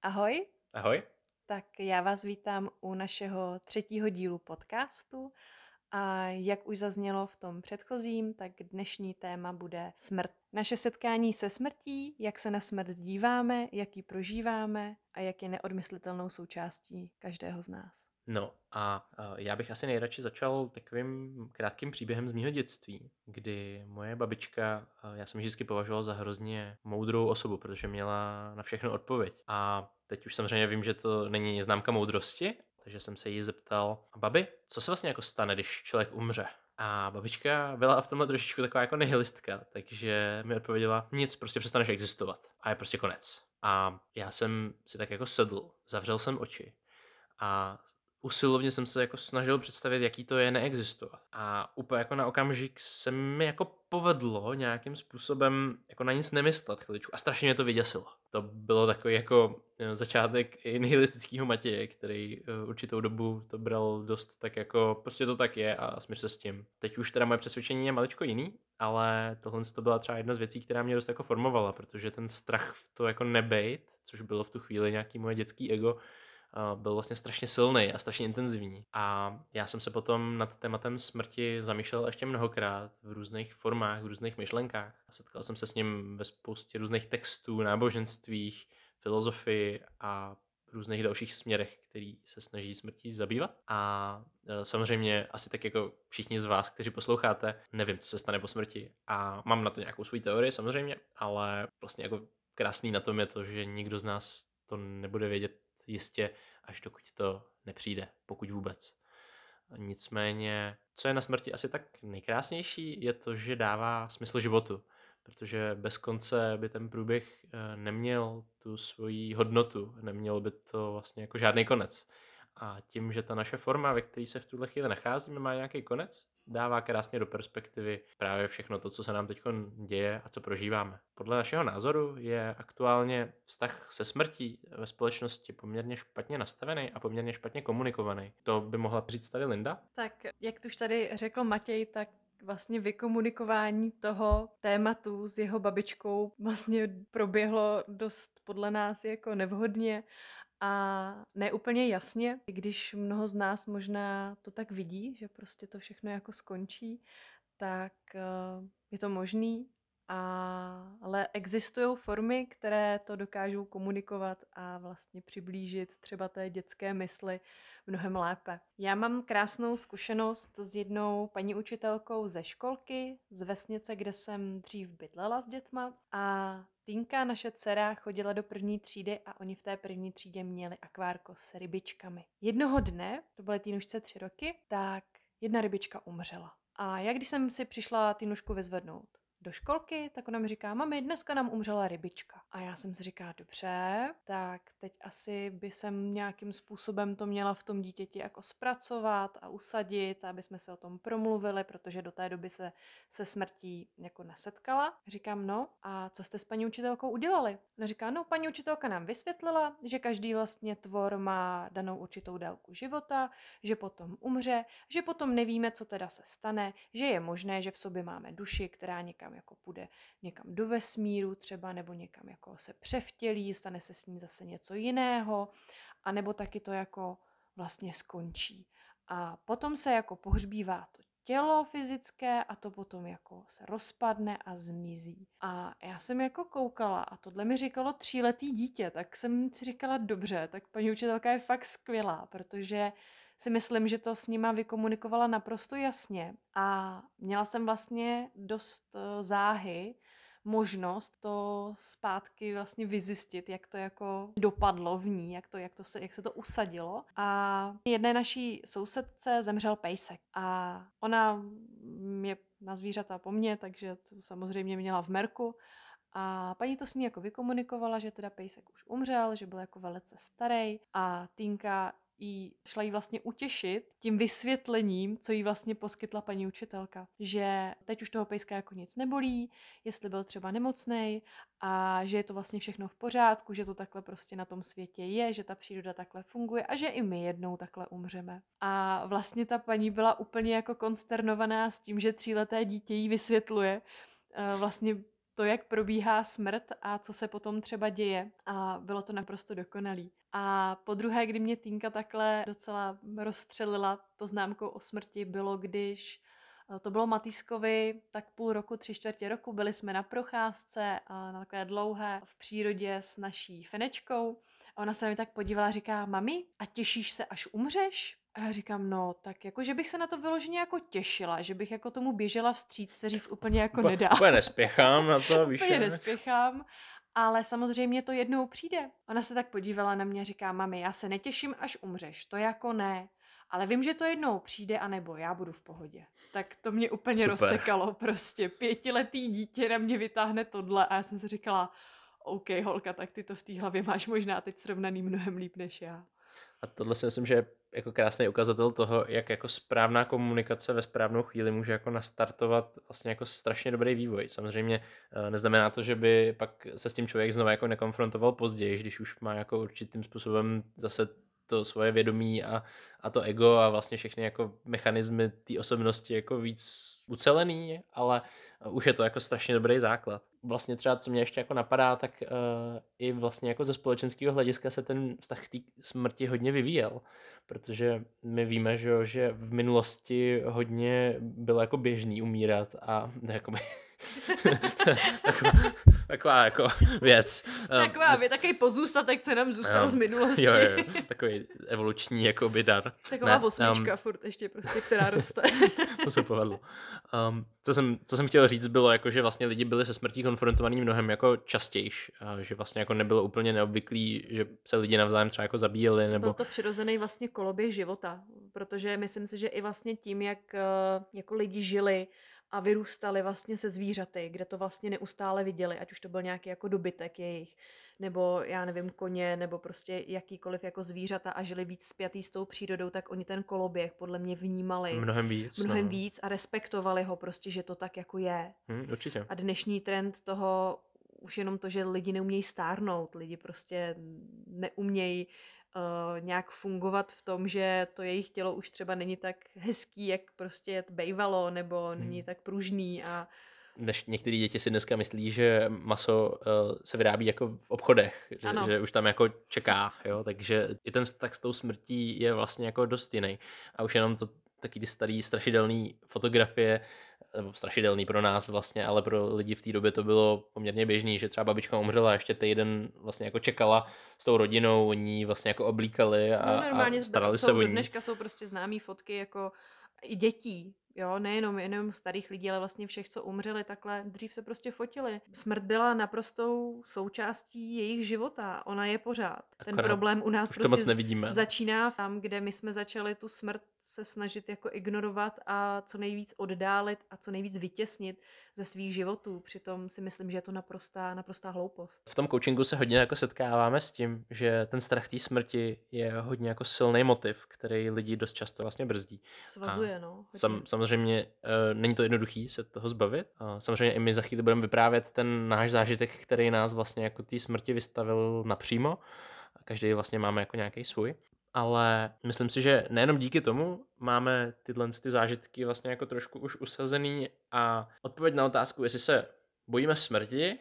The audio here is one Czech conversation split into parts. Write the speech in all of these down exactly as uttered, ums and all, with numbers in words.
Ahoj, Ahoj. tak já vás vítám u našeho třetího dílu podcastu a jak už zaznělo v tom předchozím, tak dnešní téma bude smrt. Naše setkání se smrtí, jak se na smrt díváme, jak ji prožíváme a jak je neodmyslitelnou součástí každého z nás. No a eh, já bych asi nejradši začal takovým krátkým příběhem z mýho dětství, kdy moje babička, eh, já jsem ji vždycky považoval za hrozně moudrou osobu, protože měla na všechno odpověď. A teď už samozřejmě vím, že to není známka moudrosti, takže jsem se jí zeptal: babi, co se vlastně jako stane, když člověk umře? A babička byla v tomhle trošičku taková jako nihilistka, takže mi odpověděla: nic, prostě přestaneš existovat a je prostě konec. A já jsem si tak jako sedl, zavřel jsem oči a usilovně jsem se jako snažil představit, jaký to je neexistovat. A úplně jako na okamžik se mi jako povedlo nějakým způsobem jako na nic nemyslet chviličku. A strašně mě to vyděsilo. To bylo takový jako eh, začátek i nihilistického Matěje, který eh, určitou dobu to bral dost tak jako, prostě to tak je a smíř se s tím. Teď už teda moje přesvědčení je maličko jiný, ale tohle to byla třeba jedna z věcí, která mě dost jako formovala, protože ten strach v to jako nebejt, což bylo v tu chvíli nějaký moje dětský ego, byl vlastně strašně silný a strašně intenzivní. A já jsem se potom nad tématem smrti zamýšlel ještě mnohokrát v různých formách, v různých myšlenkách. A setkal jsem se s ním ve spoustě různých textů, náboženstvích, filozofii a různých dalších směrech, který se snaží smrtí zabývat. A e, samozřejmě asi tak jako všichni z vás, kteří posloucháte, nevím, co se stane po smrti. A mám na to nějakou svou teorii samozřejmě, ale vlastně jako krásný na tom je to, že nikdo z nás to nebude vědět jistě, až dokud to nepřijde, pokud vůbec. Nicméně, co je na smrti asi tak nejkrásnější, je to, že dává smysl životu, protože bez konce by ten průběh neměl tu svoji hodnotu, neměl by to vlastně jako žádný konec. A tím, že ta naše forma, ve které se v tuhle chvíli nacházíme, má nějaký konec, dává krásně do perspektivy právě všechno to, co se nám teď děje a co prožíváme. Podle našeho názoru je aktuálně vztah se smrtí ve společnosti poměrně špatně nastavený a poměrně špatně komunikovaný. To by mohla říct tady Linda? Tak jak tu už tady řekl Matěj, tak vlastně vykomunikování toho tématu s jeho babičkou vlastně proběhlo dost podle nás jako nevhodně a neúplně jasně, i když mnoho z nás možná to tak vidí, že prostě to všechno jako skončí, tak eh, je to možný, a, ale existují formy, které to dokážou komunikovat a vlastně přiblížit třeba té dětské mysli mnohem lépe. Já mám krásnou zkušenost s jednou paní učitelkou ze školky, z vesnice, kde jsem dřív bydlela s dětma, a Týnka, naše dcera, chodila do první třídy a oni v té první třídě měli akvárko s rybičkami. Jednoho dne, to byly Týnušce tři roky, tak jedna rybička umřela. A já, když jsem si přišla Týnušku vyzvednout do školky, tak ona mi říká: mami, dneska nám umřela rybička. A já jsem si říkala: dobře, tak teď asi by jsem nějakým způsobem to měla v tom dítěti jako zpracovat a usadit, aby jsme se o tom promluvili, protože do té doby se se smrtí jako nesetkala. Říkám: no a co jste s paní učitelkou udělali? Ona říká: no, paní učitelka nám vysvětlila, že každý vlastně tvor má danou určitou délku života, že potom umře, že potom nevíme, co teda se stane, že je možné, že v sobě máme duši, která někam jako půjde někam do vesmíru třeba, nebo někam jako se převtělí, stane se s ní zase něco jiného, a nebo taky to jako vlastně skončí. A potom se jako pohřbívá to tělo fyzické a to potom jako se rozpadne a zmizí. A já jsem jako koukala a tohle mi říkalo tříletý dítě, tak jsem si říkala: dobře, tak paní učitelka je fakt skvělá, protože si myslím, že to s nima vykomunikovala naprosto jasně a měla jsem vlastně dost záhy možnost to zpátky vlastně vyzjistit, jak to jako dopadlo v ní, jak, to, jak, to se, jak se to usadilo. A jedné naší sousedce zemřel pejsek a ona je na zvířata po mně, takže to samozřejmě měla v merku. A paní to s ní jako vykomunikovala, že teda pejsek už umřel, že byl jako velice starý, a Týnka jí šla jí vlastně utěšit tím vysvětlením, co jí vlastně poskytla paní učitelka. Že teď už toho pejska jako nic nebolí, jestli byl třeba nemocnej, a že je to vlastně všechno v pořádku, že to takhle prostě na tom světě je, že ta příroda takhle funguje a že i my jednou takhle umřeme. A vlastně ta paní byla úplně jako konsternovaná s tím, že tříleté dítě jí vysvětluje uh, vlastně to, jak probíhá smrt a co se potom třeba děje. A bylo to naprosto dokonalý. A po druhé, kdy mě Týnka takhle docela rozstřelila poznámkou o smrti, bylo, když to bylo Matýskovi tak půl roku, tři čtvrtě roku, byli jsme na procházce a na takové dlouhé v přírodě s naší Fenečkou. A ona se na mě tak podívala a říká, mami, a těšíš se, až umřeš? A já říkám, no, tak jako, že bych se na to vyloženě jako těšila, že bych jako tomu běžela vstříc, se říct úplně jako nedá. Úplně nespěchám na to, víš. Úplně nespěchám, ale samozřejmě to jednou přijde. Ona se tak podívala na mě a říká, mami, já se netěším, až umřeš, to jako ne. Ale vím, že to jednou přijde, anebo já budu v pohodě. Tak to mě úplně Super. rozsekalo prostě. Pětiletý dítě na mě vytáhne tohle a já jsem si říkala, OK, holka, tak ty to v té hlavě máš možná teď srovnaný mnohem líp než já. A tohle si myslím, že je jako krásný ukazatel toho, jak jako správná komunikace ve správnou chvíli může jako nastartovat vlastně jako strašně dobrý vývoj. Samozřejmě neznamená to, že by pak se s tím člověk znovu jako nekonfrontoval později, když už má jako určitým způsobem zase to svoje vědomí a, a to ego a vlastně všechny jako mechanismy té osobnosti jako víc ucelený, ale už je to jako strašně dobrý základ. Vlastně třeba, co mě ještě jako napadá, tak uh, i vlastně jako ze společenského hlediska se ten vztah k té smrti hodně vyvíjel, protože my víme, že, že v minulosti hodně bylo jako běžný umírat a jako taková, taková jako věc. Taková věc, takový pozůstatek, co nám zůstal no, z minulosti. Jo, jo, takový evoluční jakoby dar. Taková ne, osmička um, furt ještě prostě, která roste. To se povedlo. Um, co, jsem, co jsem chtěl říct bylo, jako, že vlastně lidi byli se smrtí konfrontovaní mnohem jako častějš, že vlastně jako nebylo úplně neobvyklý, že se lidi navzájem třeba jako zabíjeli. Nebo... Byl to přirozený vlastně koloběh života, protože myslím si, že i vlastně tím, jak jako lidi žili a vyrůstali vlastně se zvířaty, kde to vlastně neustále viděli, ať už to byl nějaký jako dobytek jejich, nebo já nevím, koně, nebo prostě jakýkoliv jako zvířata a žili víc spjatý s tou přírodou, tak oni ten koloběh podle mě vnímali mnohem víc, mnohem no. víc a respektovali ho prostě, že to tak jako je. Hmm, určitě. A dnešní trend toho, už jenom to, že lidi neumějí stárnout, lidi prostě neumějí Uh, nějak fungovat v tom, že to jejich tělo už třeba není tak hezký, jak prostě bejvalo, nebo hmm. není tak pružný a Než některé děti si dneska myslí, že maso uh, se vyrábí jako v obchodech, že, že už tam jako čeká, jo, takže i ten vztah s tou smrtí je vlastně jako dost jiný. A už jenom to taky ty starý strašidelný fotografie, nebo strašidelný pro nás vlastně, ale pro lidi v té době to bylo poměrně běžný, že třeba babička umřela, ještě týden vlastně jako čekala s tou rodinou, oni vlastně jako oblíkali a, no, a starali jsou, se o ní. Dneška jsou prostě známý fotky jako i dětí, jo, nejenom jenom starých lidí, ale vlastně všech, co umřeli takhle, dřív se prostě fotili. Smrt byla naprostou součástí jejich života, ona je pořád. Ten Akorát problém u nás už prostě to moc nevidíme. Začíná tam, kde my jsme začali tu smrt se snažit jako ignorovat a co nejvíc oddálit a co nejvíc vytěsnit ze svých životů. Přitom si myslím, že je to naprostá, naprostá hloupost. V tom coachingu se hodně jako setkáváme s tím, že ten strach té smrti je hodně jako silný motiv, který lidi dost často vlastně brzdí. Svazuje, no. Sam, samozřejmě uh, není to jednoduchý se toho zbavit. Uh, samozřejmě i my za chvíli budeme vyprávět ten náš zážitek, který nás vlastně jako té smrti vystavil napřímo. Každý vlastně máme jako nějaký svůj. Ale myslím si, že nejenom díky tomu máme tyhle ty zážitky vlastně jako trošku už usazený a odpověď na otázku, jestli se bojíme smrti,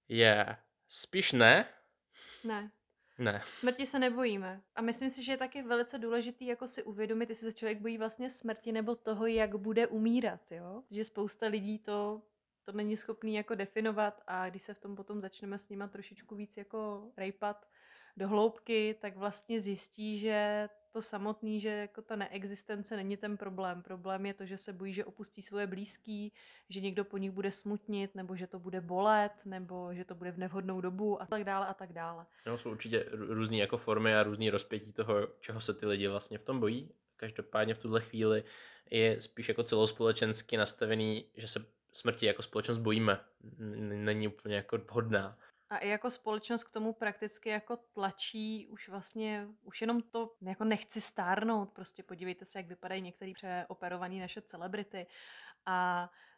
je spíš ne. Ne. Ne. Smrti se nebojíme. A myslím si, že je taky velice důležitý jako si uvědomit, jestli se člověk bojí vlastně smrti nebo toho, jak bude umírat, jo? Že spousta lidí to, to není schopný jako definovat a když se v tom potom začneme s nima trošičku víc jako rejpat do hloubky, tak vlastně zjistí, že to samotný, že jako ta neexistence není ten problém. Problém je to, že se bojí, že opustí svoje blízký, že někdo po nich bude smutnit, nebo že to bude bolet, nebo že to bude v nevhodnou dobu a tak dále a tak dále. No, jsou určitě různé jako formy a různý rozpětí toho, čeho se ty lidi vlastně v tom bojí. Každopádně v tuhle chvíli je spíš jako celospolečensky nastavený, že se smrti jako společnost bojíme. Není úplně jako vhodná. A i jako společnost k tomu prakticky jako tlačí už vlastně, už jenom to jako nechci stárnout, prostě podívejte se, jak vypadají některé přeoperované naše celebrity a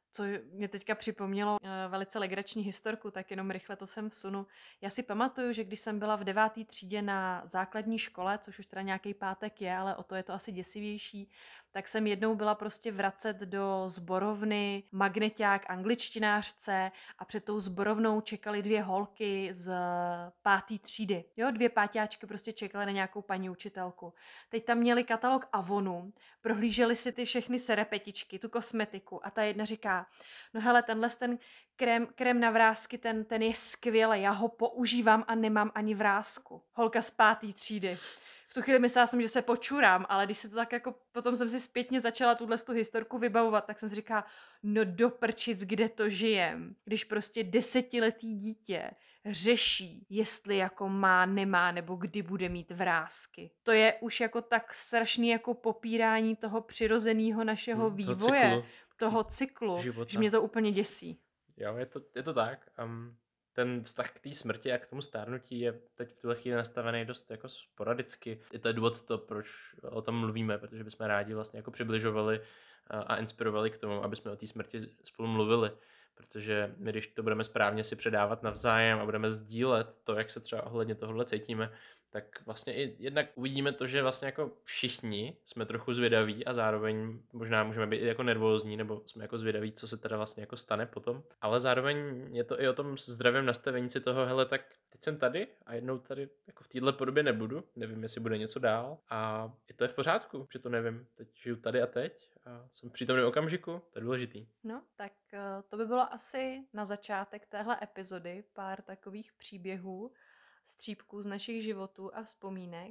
Co mě teďka připomnělo uh, velice legrační historku, tak jenom rychle to sem vsunu. Já si pamatuju, že když jsem byla v devátý třídě na základní škole, což už teda nějaký pátek je, ale o to je to asi děsivější, tak jsem jednou byla prostě vracet do sborovny magneťák angličtinářce a před tou sborovnou čekaly dvě holky z pátý třídy. Jo, dvě páťáčky prostě čekaly na nějakou paní učitelku. Teď tam měli katalog Avonu, prohlíželi si ty všechny serepetičky, tu kosmetiku a ta jedna říká, no hele, tenhle ten krém, krém na vrásky, ten, ten je skvělý, já ho používám a nemám ani vrásku. Holka z pátý třídy. V tu chvíli myslela jsem, že se počurám, ale když se to tak jako, potom jsem si zpětně začala tuhle tu historku vybavovat, tak jsem si říkala, no do prčic, kde to žijem, když prostě desetiletý dítě řeší, jestli jako má, nemá, nebo kdy bude mít vrásky. To je už jako tak strašný jako popírání toho přirozeného našeho Hmm, toho vývoje, cyklu. toho cyklu, Života. že mě to úplně děsí. Jo, je to, je to tak. Um, ten vztah k té smrti a k tomu stárnutí je teď v tuhle chvíli nastavený dost jako sporadicky. Je to důvod to, proč o tom mluvíme, protože bychom rádi vlastně jako přibližovali a, a inspirovali k tomu, aby jsme o té smrti spolu mluvili. Protože my, když to budeme správně si předávat navzájem a budeme sdílet to, jak se třeba ohledně tohohle cítíme, tak vlastně i jednak uvidíme to, že vlastně jako všichni jsme trochu zvědaví a zároveň možná můžeme být i jako nervózní, nebo jsme jako zvědaví, co se teda vlastně jako stane potom. Ale zároveň je to i o tom zdravém nastavení si toho, hele, tak teď jsem tady a jednou tady jako v téhle podobě nebudu, nevím, jestli bude něco dál a i to je v pořádku, že to nevím, teď žiju tady a teď a jsem v přítomném okamžiku, to je důležitý. No, tak uh, to by bylo asi na začátek téhle epizody pár takových příběhů, střípků z našich životů a vzpomínek.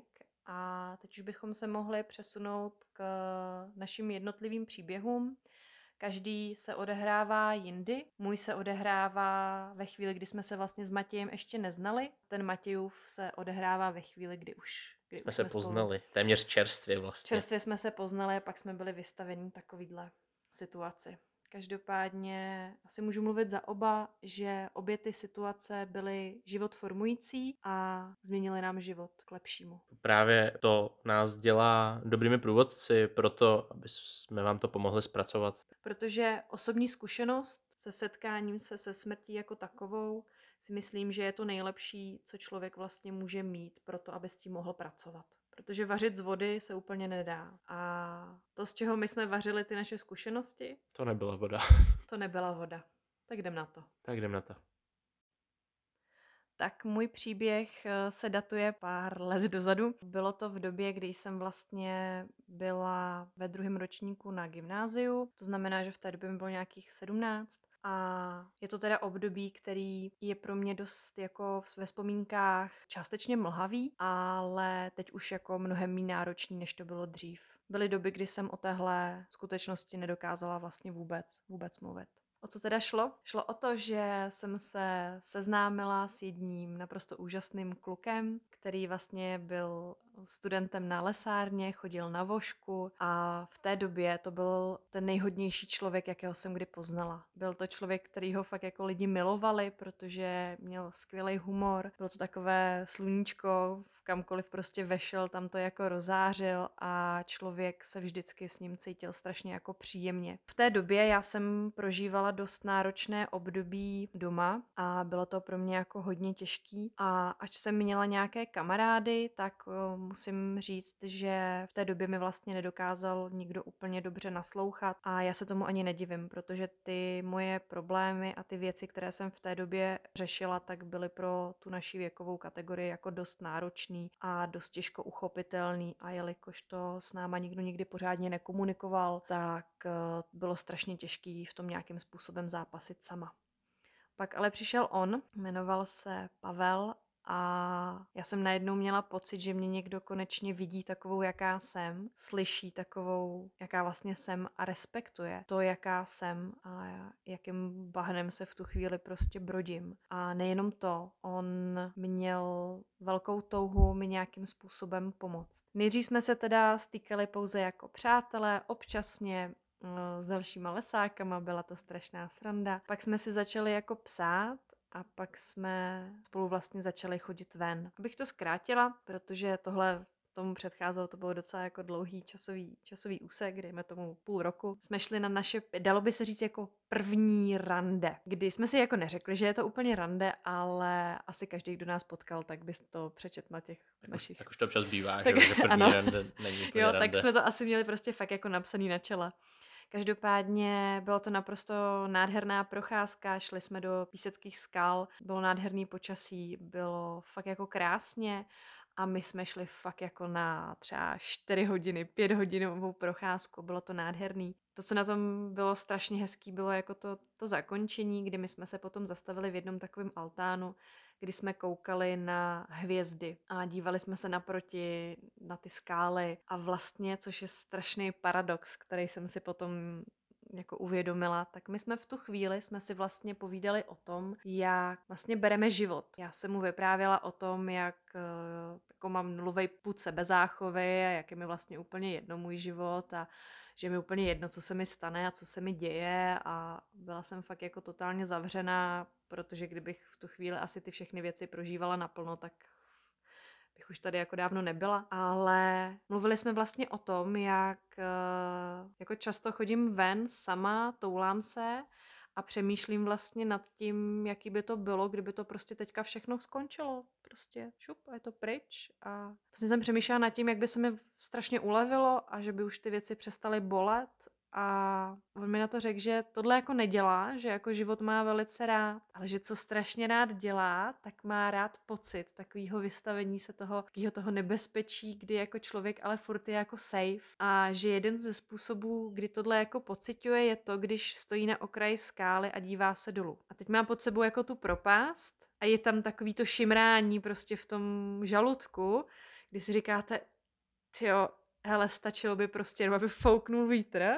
A teď už bychom se mohli přesunout k našim jednotlivým příběhům. Každý se odehrává jindy. Můj se odehrává ve chvíli, kdy jsme se vlastně s Matějem ještě neznali. Ten Matějův se odehrává ve chvíli, kdy už kdy jsme už se jsme poznali, spolu. téměř čerstvě vlastně. Čerstvě jsme se poznali a pak jsme byli vystaveni takovýhle situaci. Každopádně asi můžu mluvit za oba, že obě ty situace byly život formující a změnily nám život k lepšímu. Právě to nás dělá dobrými průvodci proto, aby jsme vám to pomohli zpracovat. Protože osobní zkušenost se setkáním se se smrtí jako takovou si myslím, že je to nejlepší, co člověk vlastně může mít pro to, aby s tím mohl pracovat. Protože vařit z vody se úplně nedá. A to, z čeho my jsme vařili ty naše zkušenosti, To nebyla voda. to nebyla voda. Tak jdem na to. Tak jdem na to. Tak můj příběh se datuje pár let dozadu. Bylo to v době, kdy jsem vlastně byla ve druhém ročníku na gymnáziu. To znamená, že v té době mi bylo nějakých sedmnáct. A je to teda období, který je pro mě dost jako ve vzpomínkách částečně mlhavý, ale teď už jako mnohem méně náročný, než to bylo dřív. Byly doby, kdy jsem o téhle skutečnosti nedokázala vlastně vůbec, vůbec mluvit. O co teda šlo? Šlo o to, že jsem se seznámila s jedním naprosto úžasným klukem, který vlastně byl studentem na lesárně, chodil na vošku a v té době to byl ten nejhodnější člověk, jakého jsem kdy poznala. Byl to člověk, kterýho fakt jako lidi milovali, protože měl skvělý humor. Bylo to takové sluníčko, kamkoliv prostě vešel, tam to jako rozářil a člověk se vždycky s ním cítil strašně jako příjemně. V té době já jsem prožívala dost náročné období doma a bylo to pro mě jako hodně těžký a ač jsem měla nějaké kamarády, tak uh, musím říct, že v té době mi vlastně nedokázal nikdo úplně dobře naslouchat a já se tomu ani nedivím, protože ty moje problémy a ty věci, které jsem v té době řešila, tak byly pro tu naši věkovou kategorii jako dost náročný a dost těžko uchopitelný a jelikož to s náma nikdo nikdy pořádně nekomunikoval, tak uh, bylo strašně těžký v tom nějakým způsobem zápasit sama. Pak ale přišel on, jmenoval se Pavel a já jsem najednou měla pocit, že mě někdo konečně vidí takovou, jaká jsem, slyší takovou, jaká vlastně jsem a respektuje to, jaká jsem a jakým bahnem se v tu chvíli prostě brodím. A nejenom to, on měl velkou touhu mi nějakým způsobem pomoct. Nejdřív jsme se teda stýkali pouze jako přátelé, občasně s dalšíma lesákama, byla to strašná sranda. Pak jsme si začali jako psát a pak jsme spolu vlastně začali chodit ven. Abych to zkrátila, protože tohle tomu předcházelo, to bylo docela jako dlouhý časový, časový úsek, dejme tomu půl roku, jsme šli na naše, dalo by se říct jako první rande, kdy jsme si jako neřekli, že je to úplně rande, ale asi každý, kdo nás potkal, tak bys to přečet na těch Tak už, našich. tak už to občas bývá, Tak, že, že první ano. rande není úplně Jo, rande. tak jsme to asi měli prostě fakt jako napsaný na čele. Každopádně bylo to naprosto nádherná procházka, šli jsme do píseckých skal, bylo nádherný počasí, bylo fakt jako krásně a my jsme šli fakt jako na třeba čtyři hodiny, pět hodinovou procházku, bylo to nádherný. To, co na tom bylo strašně hezký, bylo jako to, to zakončení, kdy my jsme se potom zastavili v jednom takovém altánu, kdy jsme koukali na hvězdy a dívali jsme se naproti na ty skály a vlastně, což je strašný paradox, který jsem si potom jako uvědomila, tak my jsme v tu chvíli jsme si vlastně povídali o tom, jak vlastně bereme život. Já jsem mu vyprávěla o tom, jak jako mám nulovej pud sebezáchovy a jak je mi vlastně úplně jedno můj život a že mi úplně jedno, co se mi stane a co se mi děje a byla jsem fakt jako totálně zavřená, protože kdybych v tu chvíli asi ty všechny věci prožívala naplno, tak bych už tady jako dávno nebyla, ale mluvili jsme vlastně o tom, jak jako často chodím ven sama, toulám se a přemýšlím vlastně nad tím, jaký by to bylo, kdyby to prostě teďka všechno skončilo. Prostě šup a je to pryč. A vlastně jsem přemýšlela nad tím, jak by se mi strašně ulevilo a že by už ty věci přestaly bolet. A on mi na to řekl, že tohle jako nedělá, že jako život má velice rád, ale že co strašně rád dělá, tak má rád pocit takového vystavení se toho, takového toho nebezpečí, kdy jako člověk ale furt je jako safe a že jeden ze způsobů, kdy tohle jako pociťuje, je to, když stojí na okraji skály a dívá se dolů. A teď má pod sebou jako tu propást a je tam takový to šimrání prostě v tom žaludku, kdy si říkáte, tyjo, hele, stačilo by prostě jenom, aby fouknul vítr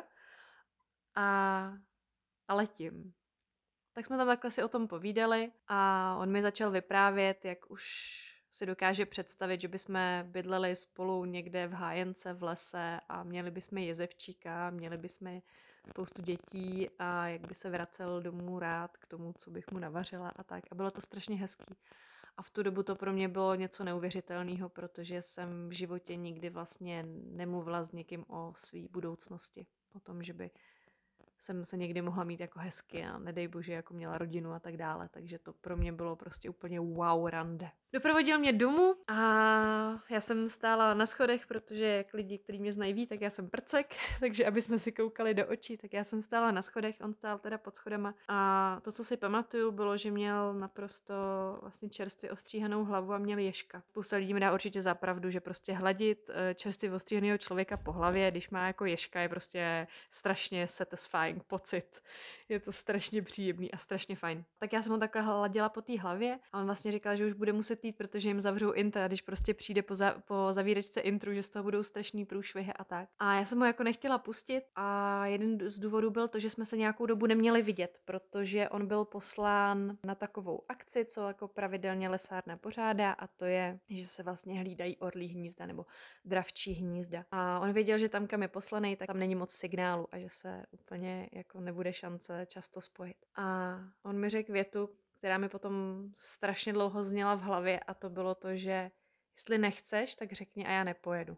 a, a letím. Tak jsme tam takhle si o tom povídali a on mi začal vyprávět, jak už si dokáže představit, že bychom bydleli spolu někde v hájence v lese a měli bychom jezevčíka, měli bychom spoustu dětí a jak by se vracel domů rád k tomu, co bych mu navařila a tak. A bylo to strašně hezký. A v tu dobu to pro mě bylo něco neuvěřitelného, protože jsem v životě nikdy vlastně nemluvila s někým o své budoucnosti. O tom, že by jsem se někdy mohla mít jako hezky a nedej bože, jako měla rodinu a tak dále. Takže to pro mě bylo prostě úplně wow rande. Doprovodil mě domů a já jsem stála na schodech, protože jak lidi, kteří mě znají ví, tak já jsem prcek, takže aby jsme si koukali do očí, tak já jsem stála na schodech, on stál teda pod schodama a to, co si pamatuju, bylo, že měl naprosto vlastně čerstvě ostříhanou hlavu a měl ježka. Spousta lidí mi dá určitě za pravdu, že prostě hladit čerstvě ostříhaného člověka po hlavě, když má jako ježka, je prostě strašně satisfying pocit. Je to strašně příjemný a strašně fajn. Tak já jsem ho takhle hladila po té hlavě a on vlastně říkal, že už bude muset jít, protože jim zavřou intra, když prostě přijde po, za, po zavírečce intru, že z toho budou strašný průšvihy a tak. A já jsem ho jako nechtěla pustit a jeden z důvodů byl to, že jsme se nějakou dobu neměli vidět, protože on byl poslán na takovou akci, co jako pravidelně lesárna pořádá a to je, že se vlastně hlídají orlí hnízda nebo dravčí hnízda. A on věděl, že tam, kam je poslaný, tak tam není moc signálu a že se úplně jako nebude šance často spojit. A on mi řekl větu, která mi potom strašně dlouho zněla v hlavě a to bylo to, že jestli nechceš, tak řekni a já nepojedu.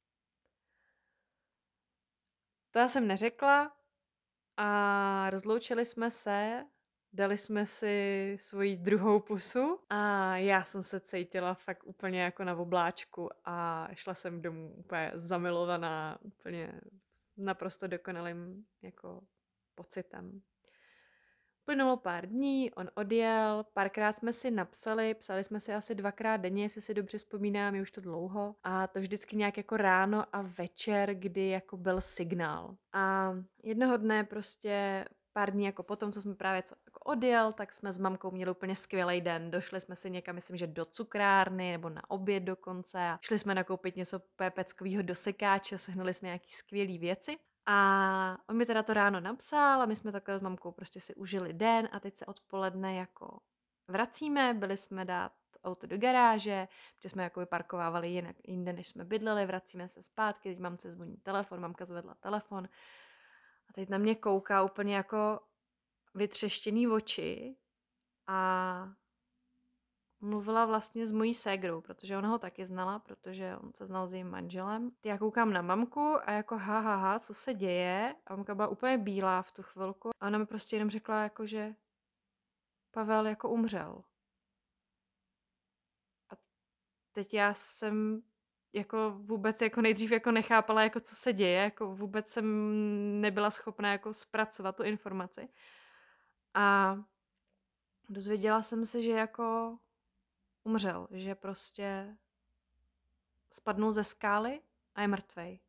To já jsem neřekla a rozloučili jsme se, dali jsme si svoji druhou pusu a já jsem se cítila fakt úplně jako na obláčku a šla jsem domů úplně zamilovaná, úplně naprosto dokonalým jako pocitem. Plynulo pár dní, on odjel, párkrát jsme si napsali, psali jsme si asi dvakrát denně, jestli si dobře vzpomínám, je už to dlouho. A to vždycky nějak jako ráno a večer, kdy jako byl signál. A jednoho dne prostě pár dní jako potom, co jsme právě co jako odjel, tak jsme s mamkou měli úplně skvělý den. Došli jsme si někam, myslím, že do cukrárny nebo na oběd dokonce a šli jsme nakoupit něco peckového do sekáče, sehnali jsme nějaký skvělý věci. A on mi teda to ráno napsal a my jsme takhle s mamkou prostě si užili den a teď se odpoledne jako vracíme, byli jsme dát auto do garáže, protože jsme jako vyparkovávali jinak jinde, než jsme bydleli, vracíme se zpátky, teď mamce zvoní telefon, mamka zvedla telefon a teď na mě kouká úplně jako vytřeštěný oči a mluvila vlastně s mojí ségrou, protože ona ho taky znala, protože on se znal s jejím manželem. Já koukám na mamku a jako ha, ha, ha, co se děje? A mamka byla úplně bílá v tu chvilku a ona mi prostě jenom řekla jako, že Pavel jako umřel. A teď já jsem jako vůbec jako nejdřív jako nechápala, jako co se děje, jako vůbec jsem nebyla schopná jako zpracovat tu informaci. A dozvěděla jsem se, že jako umřel, že prostě spadnul ze skály a je mrtvej.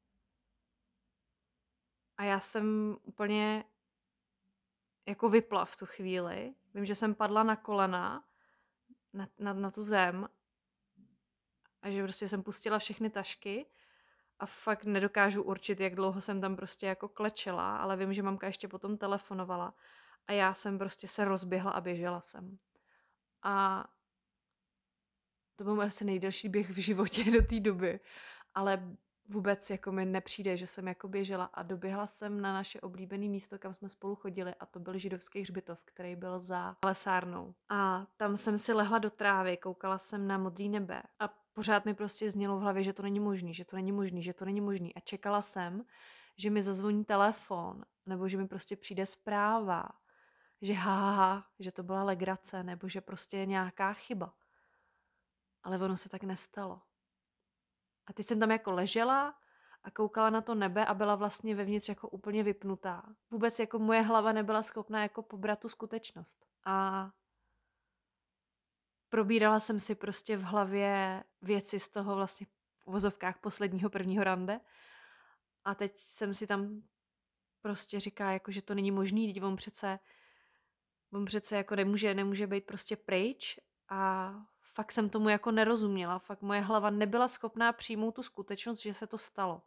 A já jsem úplně jako vypla v tu chvíli. Vím, že jsem padla na kolena na, na, na tu zem a že prostě jsem pustila všechny tašky a fakt nedokážu určit, jak dlouho jsem tam prostě jako klečela, ale vím, že mamka ještě potom telefonovala a já jsem prostě se rozběhla a běžela jsem. A to byl asi nejdelší běh v životě do té doby, ale vůbec jako mi nepřijde, že jsem jako běžela a doběhla jsem na naše oblíbené místo, kam jsme spolu chodili a to byl židovský hřbitov, který byl za lesárnou. A tam jsem si lehla do trávy, koukala jsem na modrý nebe a pořád mi prostě znělo v hlavě, že to není možný, že to není možný, že to není možný a čekala jsem, že mi zazvoní telefon nebo že mi prostě přijde zpráva, že haha, že to byla legrace nebo že prostě je nějaká chyba. Ale ono se tak nestalo. A teď jsem tam jako ležela a koukala na to nebe a byla vlastně vevnitř jako úplně vypnutá. Vůbec jako moje hlava nebyla schopná jako pobrat tu skutečnost. A probírala jsem si prostě v hlavě věci z toho vlastně v uvozovkách posledního prvního rande. A teď jsem si tam prostě říká, jako, že to není možný, teď on přece, on přece jako nemůže, nemůže být prostě pryč a fakt jsem tomu jako nerozuměla. Fakt moje hlava nebyla schopná přijmout tu skutečnost, že se to stalo.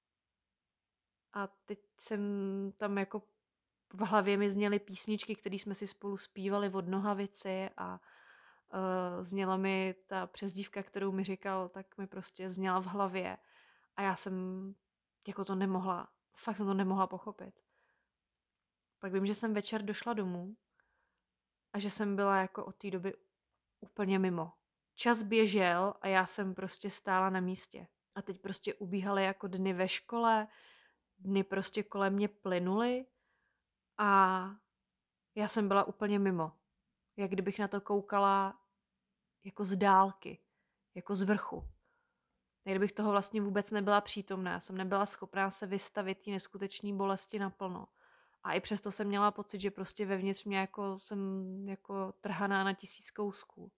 A teď jsem tam jako v hlavě mi zněly písničky, které jsme si spolu zpívali od Nohavici a uh, zněla mi ta přezdívka, kterou mi říkal, tak mi prostě zněla v hlavě. A já jsem jako to nemohla, fakt jsem to nemohla pochopit. Pak vím, že jsem večer došla domů a že jsem byla jako od té doby úplně mimo. Čas běžel a já jsem prostě stála na místě. A teď prostě ubíhaly jako dny ve škole, dny prostě kolem mě plynuly a já jsem byla úplně mimo. Jak kdybych na to koukala jako z dálky, jako z vrchu. Jak kdybych toho vlastně vůbec nebyla přítomná. Já jsem nebyla schopná se vystavit té neskutečné bolesti naplno. A i přesto jsem měla pocit, že prostě vevnitř mě jako jsem jako trhaná na tisíc kousků.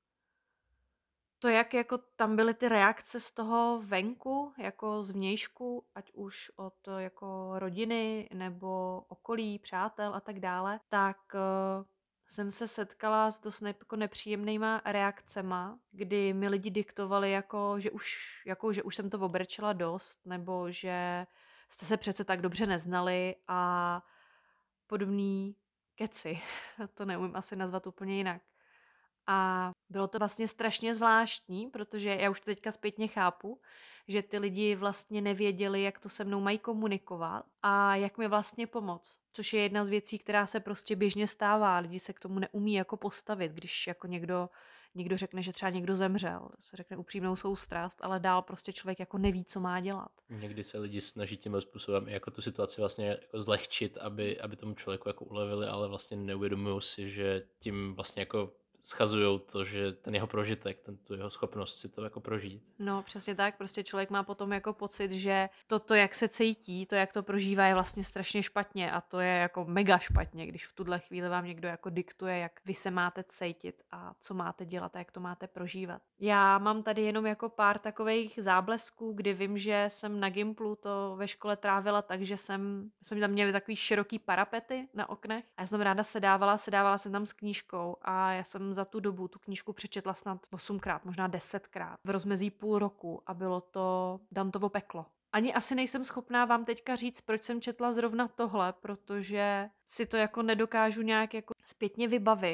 To, jak jako tam byly ty reakce z toho venku, jako z vnějšku, ať už od jako rodiny nebo okolí, přátel a tak dále, tak uh, jsem se setkala s dost ne- jako nepříjemnýma reakcema, kdy mi lidi diktovali, jako, že, už, jako, že už jsem to obrčela dost, nebo že jste se přece tak dobře neznali a podobný keci. To neumím asi nazvat úplně jinak. A bylo to vlastně strašně zvláštní, protože já už to teďka zpětně chápu, že ty lidi vlastně nevěděli, jak to se mnou mají komunikovat a jak mi vlastně pomoct. Což je jedna z věcí, která se prostě běžně stává. Lidi se k tomu neumí jako postavit, když jako někdo, někdo řekne, že třeba někdo zemřel. Se řekne upřímnou soustrast, ale dál prostě člověk jako neví, co má dělat. Někdy se lidi snaží tímhle způsobem jako tu situaci vlastně jako zlehčit, aby, aby tomu člověku jako ulevili, ale vlastně neuvědomují si, že tím vlastně jako schazujou to, že ten jeho prožitek, ten, tu jeho schopnost si to jako prožít. No, přesně tak, prostě člověk má potom jako pocit, že toto, jak se cítí, to, jak to prožívá, je vlastně strašně špatně a to je jako mega špatně, když v tuhle chvíli vám někdo jako diktuje, jak vy se máte cítit a co máte dělat a jak to máte prožívat. Já mám tady jenom jako pár takových záblesků, kdy vím, že jsem na Gimplu to ve škole trávila tak, že jsem, jsme tam měli takový široký parapety na oknech a já jsem ráda sedávala, sedávala jsem tam s knížkou a já jsem za tu dobu tu knížku přečetla snad osmkrát, možná desetkrát v rozmezí půl roku a bylo to Dantovo peklo. Ani asi nejsem schopná vám teďka říct, proč jsem četla zrovna tohle, protože si to jako nedokážu nějak jako zpětně vybavit.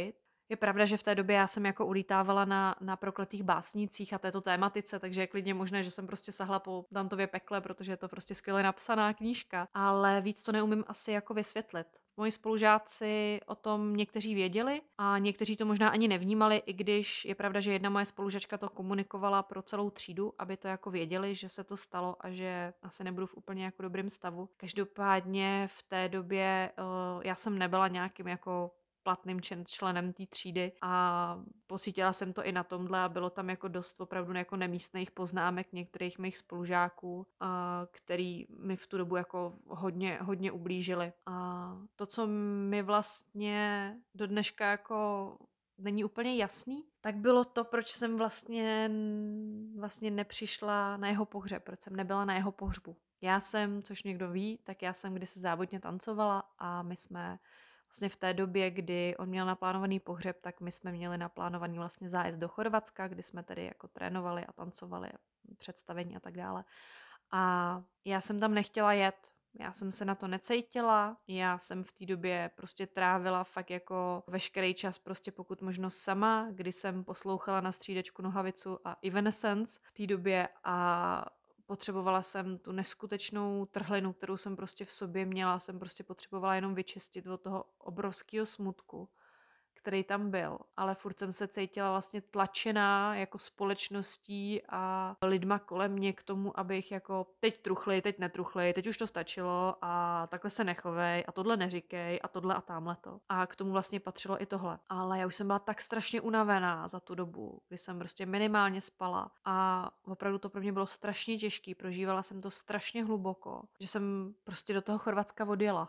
Je pravda, že v té době já jsem jako ulítávala na, na prokletých básnících a této tématice, takže je klidně možné, že jsem prostě sahla po Dantově pekle, protože je to prostě skvěle napsaná knížka, ale víc to neumím asi jako vysvětlit. Moji spolužáci o tom někteří věděli a někteří to možná ani nevnímali, i když je pravda, že jedna moje spolužačka to komunikovala pro celou třídu, aby to jako věděli, že se to stalo a že asi nebudu v úplně jako dobrým stavu. Každopádně v té době uh, já jsem nebyla nějakým jako platným členem té třídy a pocítila jsem to i na tomhle a bylo tam jako dost opravdu jako nemístných poznámek některých mých spolužáků, a který mi v tu dobu jako hodně, hodně ublížili. A to, co mi vlastně do dneška jako není úplně jasný, tak bylo to, proč jsem vlastně, vlastně nepřišla na jeho pohřeb, proč jsem nebyla na jeho pohřbu. Já jsem, což někdo ví, tak já jsem kdysi závodně tancovala a my jsme vlastně v té době, kdy on měl naplánovaný pohřeb, tak my jsme měli naplánovaný vlastně zájezd do Chorvatska, kdy jsme tady jako trénovali a tancovali, představení a tak dále. A já jsem tam nechtěla jet, já jsem se na to necítila, já jsem v té době prostě trávila fakt jako veškerý čas prostě pokud možno sama, kdy jsem poslouchala na střídečku Nohavicu a Evanescence v té době a potřebovala jsem tu neskutečnou trhlinu, kterou jsem prostě v sobě měla, jsem prostě potřebovala jenom vyčistit od toho obrovského smutku, který tam byl, ale furt jsem se cítila vlastně tlačená jako společností a lidma kolem mě k tomu, abych jako teď truchli, teď netruchli, teď už to stačilo a takhle se nechovej a tohle neříkej a tohle a támhleto. A k tomu vlastně patřilo i tohle. Ale já už jsem byla tak strašně unavená za tu dobu, kdy jsem prostě minimálně spala a opravdu to pro mě bylo strašně těžký, prožívala jsem to strašně hluboko, že jsem prostě do toho Chorvatska odjela.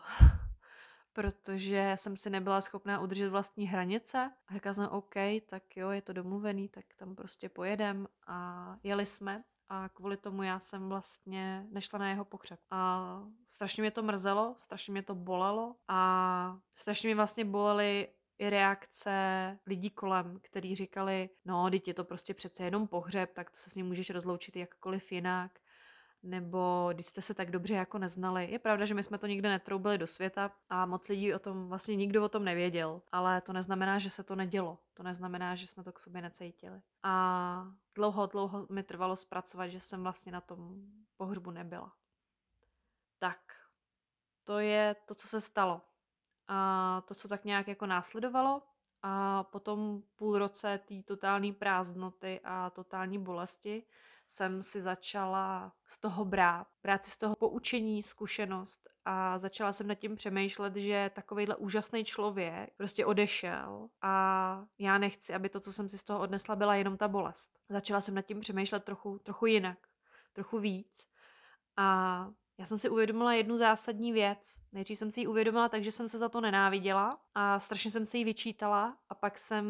Protože jsem si nebyla schopná udržet vlastní hranice. A říkala jsem, OK, tak jo, je to domluvený, tak tam prostě pojedem a jeli jsme. A kvůli tomu já jsem vlastně nešla na jeho pohřeb. A strašně mě to mrzelo, strašně mě to bolelo a strašně mě vlastně bolely i reakce lidí kolem, kteří říkali, no, teď je to prostě přece jenom pohřeb, tak to se s ním můžeš rozloučit jakkoliv jinak. Nebo když jste se tak dobře jako neznali. Je pravda, že my jsme to nikdy netroubili do světa a moc lidí o tom, vlastně nikdo o tom nevěděl, ale to neznamená, že se to nedělo. To neznamená, že jsme to k sobě necítili. A dlouho, dlouho mi trvalo zpracovat, že jsem vlastně na tom pohřbu nebyla. Tak, to je to, co se stalo. A to, co tak nějak jako následovalo. A potom půl roce té totální prázdnoty a totální bolesti jsem si začala z toho brát. Brát si z toho poučení, zkušenost a začala jsem nad tím přemýšlet, že takovejhle úžasný člověk prostě odešel a já nechci, aby to, co jsem si z toho odnesla, byla jenom ta bolest. Začala jsem nad tím přemýšlet trochu, trochu jinak, trochu víc a já jsem si uvědomila jednu zásadní věc. Nejdřív jsem si ji uvědomila tak, že jsem se za to nenáviděla a strašně jsem si ji vyčítala a pak jsem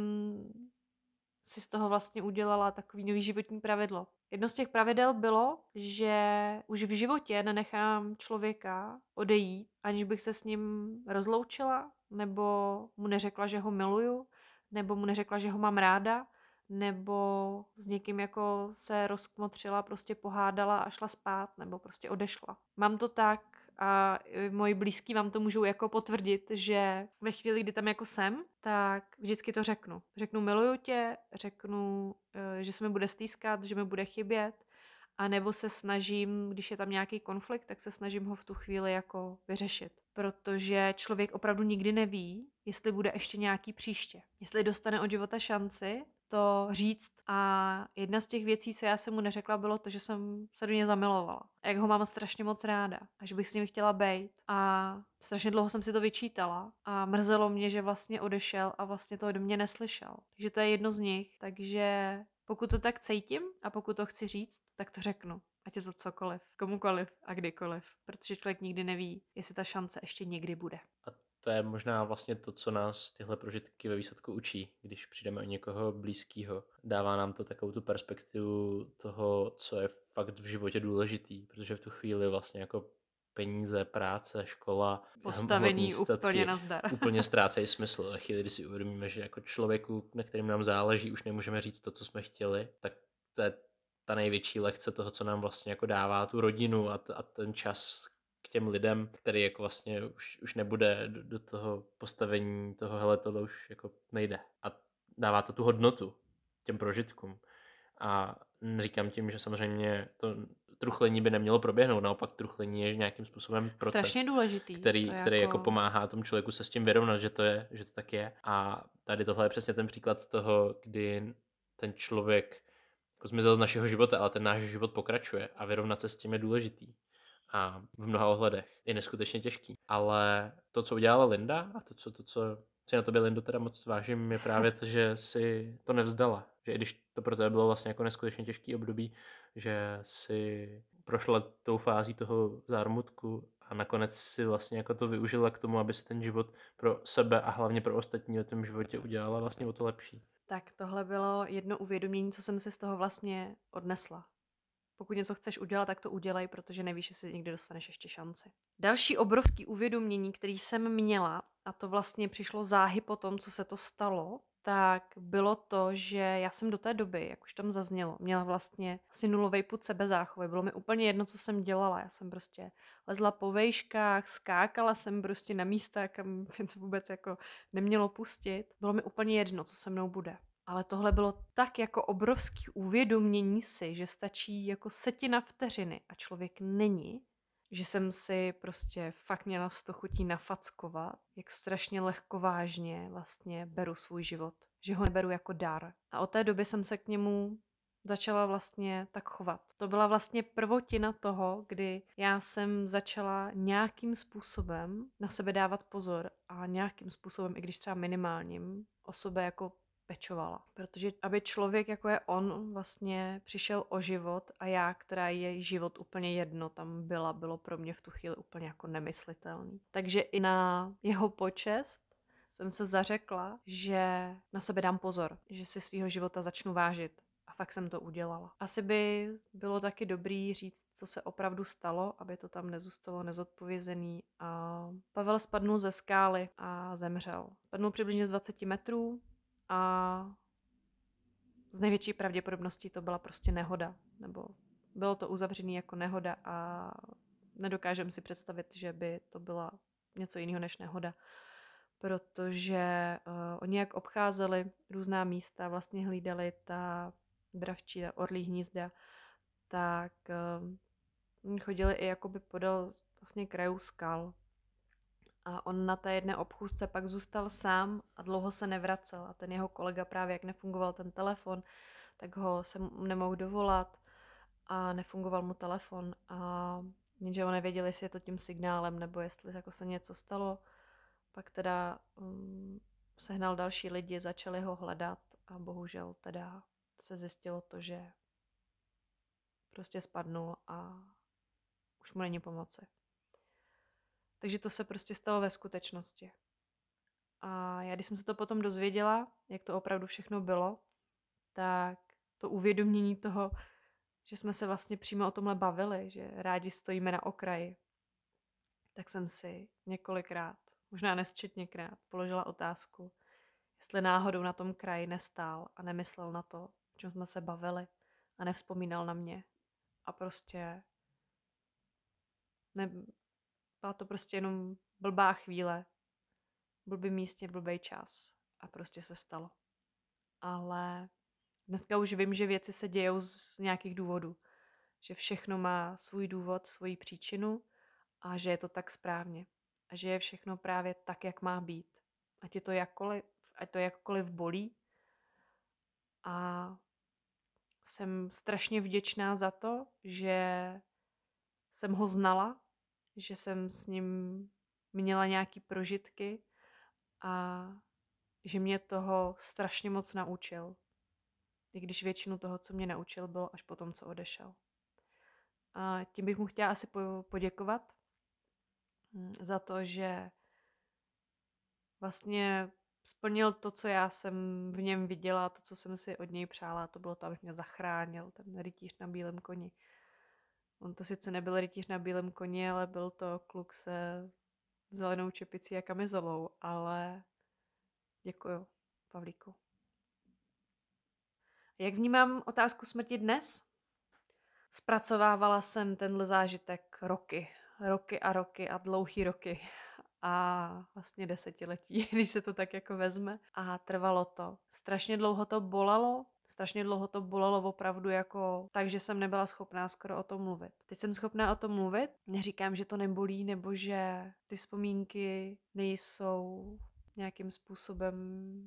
si z toho vlastně udělala takový nový životní pravidlo. Jedno z těch pravidel bylo, že už v životě nenechám člověka odejít, aniž bych se s ním rozloučila, nebo mu neřekla, že ho miluju, nebo mu neřekla, že ho mám ráda, nebo s někým jako se rozkmotřila, prostě pohádala a šla spát, nebo prostě odešla. Mám to tak a moji blízký vám to můžou jako potvrdit, že ve chvíli, kdy tam jako jsem, tak vždycky to řeknu. Řeknu miluju tě, řeknu, že se mi bude stýskat, že mi bude chybět, a nebo se snažím, když je tam nějaký konflikt, tak se snažím ho v tu chvíli jako vyřešit. Protože člověk opravdu nikdy neví, jestli bude ještě nějaký příště. Jestli dostane od života šanci to říct. A jedna z těch věcí, co já jsem mu neřekla, bylo to, že jsem se do něj zamilovala. A jak ho mám strašně moc ráda. A že bych s ním chtěla bejt. A strašně dlouho jsem si to vyčítala. A mrzelo mě, že vlastně odešel a vlastně to ode mě neslyšel. Takže to je jedno z nich. Takže pokud to tak cítím a pokud to chci říct, tak to řeknu. Ať je to cokoliv, komukoliv a kdykoliv. Protože člověk nikdy neví, jestli ta šance ještě někdy bude. A to je možná vlastně to, co nás tyhle prožitky ve výsledku učí, když přijdeme o někoho blízkého. Dává nám to takovou tu perspektivu toho, co je fakt v životě důležitý, protože v tu chvíli vlastně jako peníze, práce, škola, postavení úplně nazdar. úplně ztrácejí smysl. A chvíli, kdy si uvědomíme, že jako člověku, na kterým nám záleží, už nemůžeme říct to, co jsme chtěli, tak to je ta největší lekce toho, co nám vlastně jako dává tu rodinu a, t- a ten čas k těm lidem, který jako vlastně už, už nebude do, do toho postavení toho, hele, tohle už jako nejde. A dává to tu hodnotu těm prožitkům. A říkám tím, že samozřejmě to truchlení by nemělo proběhnout, naopak truchlení je nějakým způsobem proces, Strašně důležitý. který, To je který jako jako... pomáhá tomu člověku se s tím vyrovnat, že to je, že to tak je. A tady tohle je přesně ten příklad toho, kdy ten člověk jako zmizel z našeho života, ale ten náš život pokračuje a vyrovnat se s tím je důležitý. A v mnoha ohledech je neskutečně těžký. Ale to, co udělala Linda a to, co, to, co si na tobě, Lindo, teda moc vážím, je právě to, že si to nevzdala. Že i když to pro tebe bylo vlastně jako neskutečně těžký období, že si prošla tou fází toho zármutku a nakonec si vlastně jako to využila k tomu, aby si ten život pro sebe a hlavně pro ostatní v tom životě udělala vlastně o to lepší. Tak tohle bylo jedno uvědomění, co jsem si z toho vlastně odnesla. Pokud něco chceš udělat, tak to udělej, protože nevíš, jestli někdy dostaneš ještě šanci. Další obrovský uvědomění, který jsem měla, a to vlastně přišlo záhy po tom, co se to stalo, tak bylo to, že já jsem do té doby, jak už tam zaznělo, měla vlastně asi nulový pud sebezáchovy. Bylo mi úplně jedno, co jsem dělala. Já jsem prostě lezla po vejškách, skákala jsem prostě na místa, kam mě to vůbec jako nemělo pustit. Bylo mi úplně jedno, co se mnou bude. Ale tohle bylo tak jako obrovský uvědomění si, že stačí jako setina vteřiny a člověk není, že jsem si prostě fakt měla sto chutí nafackovat, jak strašně lehkovážně vlastně beru svůj život. Že ho neberu jako dar. A od té doby jsem se k němu začala vlastně tak chovat. To byla vlastně prvotina toho, kdy já jsem začala nějakým způsobem na sebe dávat pozor a nějakým způsobem, i když třeba minimálním, o sebe jako pečovala. Protože aby člověk, jako je on, vlastně přišel o život a já, která je život úplně jedno, tam byla, bylo pro mě v tu chvíli úplně jako nemyslitelný. Takže i na jeho počest jsem se zařekla, že na sebe dám pozor, že si svýho života začnu vážit. A fakt jsem to udělala. Asi by bylo taky dobrý říct, co se opravdu stalo, aby to tam nezůstalo nezodpovězený. A Pavel spadnul ze skály a zemřel. Spadnul přibližně z dvacet metrů a z největší pravděpodobností to byla prostě nehoda. Nebo bylo to uzavřený jako nehoda a nedokážem si představit, že by to byla něco jiného než nehoda. Protože uh, oni jak obcházeli různá místa, vlastně hlídali ta dravčí, ta orlí hnízda, tak uh, chodili i jakoby podél vlastně krajů skal. A on na té jedné obchůzce pak zůstal sám a dlouho se nevracel. A ten jeho kolega právě, jak nefungoval ten telefon, tak ho se nemohl dovolat a nefungoval mu telefon. A jenže on nevěděl, jestli je to tím signálem, nebo jestli jako se něco stalo. Pak teda um, sehnal další lidi, začali ho hledat a bohužel teda se zjistilo to, že prostě spadnul a už mu není pomoci. Takže to se prostě stalo ve skutečnosti. A já, když jsem se to potom dozvěděla, jak to opravdu všechno bylo, tak to uvědomění toho, že jsme se vlastně přímo o tomhle bavili, že rádi stojíme na okraji, tak jsem si několikrát, možná nesčetněkrát, položila otázku, jestli náhodou na tom kraji nestál a nemyslel na to, o čem jsme se bavili a nevzpomínal na mě. A prostě ne, byla to prostě jenom blbá chvíle, blbý místě, blbý čas a prostě se stalo. Ale dneska už vím, že věci se dějou z nějakých důvodů. Že všechno má svůj důvod, svoji příčinu a že je to tak správně. A že je všechno právě tak, jak má být. Ať je to jakkoliv, ať to jakkoliv bolí. A jsem strašně vděčná za to, že jsem ho znala, že jsem s ním měla nějaký prožitky a že mě toho strašně moc naučil. I když většinu toho, co mě naučil, bylo až po tom, co odešel. A tím bych mu chtěla asi poděkovat za to, že vlastně splnil to, co já jsem v něm viděla, to, co jsem si od něj přála, to bylo to, abych mě zachránil, ten rytíř na bílém koni. On to sice nebyl rytíř na bílém koni, ale byl to kluk se zelenou čepicí a kamizolou, ale děkuju, Pavlíku. Jak vnímám otázku smrti dnes? Zpracovávala jsem tenhle zážitek roky. roky a roky a dlouhý roky a vlastně desetiletí, když se to tak jako vezme. A trvalo to. Strašně dlouho to bolelo, strašně dlouho to bolelo opravdu jako tak, že jsem nebyla schopná skoro o tom mluvit. Teď jsem schopná o tom mluvit, neříkám, že to nebolí, nebo že ty vzpomínky nejsou nějakým způsobem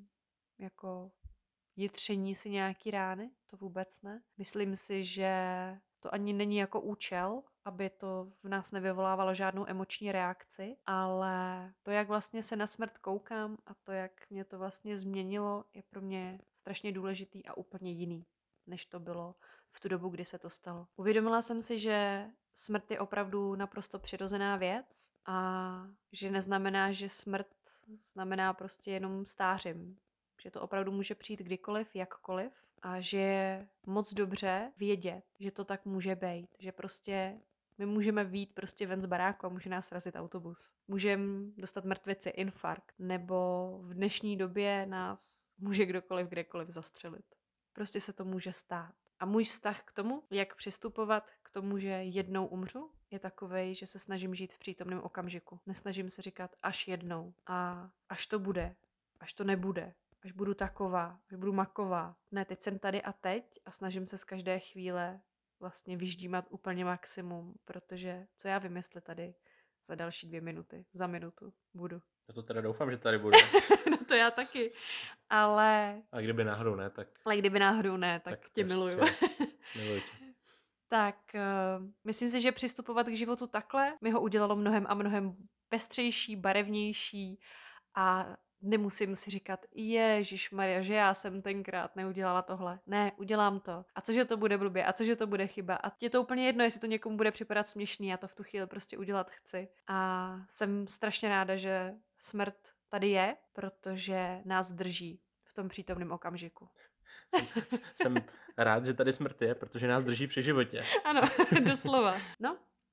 jako jitření si nějaký rány, to vůbec ne. Myslím si, že to ani není jako účel, aby to v nás nevyvolávalo žádnou emoční reakci, ale to, jak vlastně se na smrt koukám a to, jak mě to vlastně změnilo, je pro mě strašně důležitý a úplně jiný, než to bylo v tu dobu, kdy se to stalo. Uvědomila jsem si, že smrt je opravdu naprosto přirozená věc a že neznamená, že smrt znamená prostě jenom stářím. Že to opravdu může přijít kdykoliv, jakkoliv a že je moc dobře vědět, že to tak může být. Že prostě my můžeme vyjít prostě ven z baráku a může nás srazit autobus. Můžeme dostat mrtvici, infarkt, nebo v dnešní době nás může kdokoliv kdekoliv zastřelit. Prostě se to může stát. A můj vztah k tomu, jak přistupovat k tomu, že jednou umřu, je takovej, že se snažím žít v přítomném okamžiku. Nesnažím se říkat až jednou a až to bude, až to nebude, až budu taková, až budu maková. Ne, teď jsem tady a teď a snažím se z každé chvíle vlastně vyždímat úplně maximum, protože co já vím, jestli tady za další dvě minuty, za minutu budu. Já to teda doufám, že tady bude. No to já taky, ale... A kdyby náhodou ne, tak... Ale kdyby náhodou ne, tak, tak tě miluju. Miluju tě. Tak uh, myslím si, že přistupovat k životu takhle mi ho udělalo mnohem a mnohem pestřejší, barevnější a nemusím si říkat, ježišmarja, že já jsem tenkrát neudělala tohle. Ne, udělám to. A cože to bude blbě, a cože to bude chyba. A je to úplně jedno, jestli to někomu bude připadat směšný, já to v tu chvíli prostě udělat chci. A jsem strašně ráda, že smrt tady je, protože nás drží v tom přítomném okamžiku. Jsem, jsem rád, že tady smrt je, protože nás drží při životě. Ano, doslova. No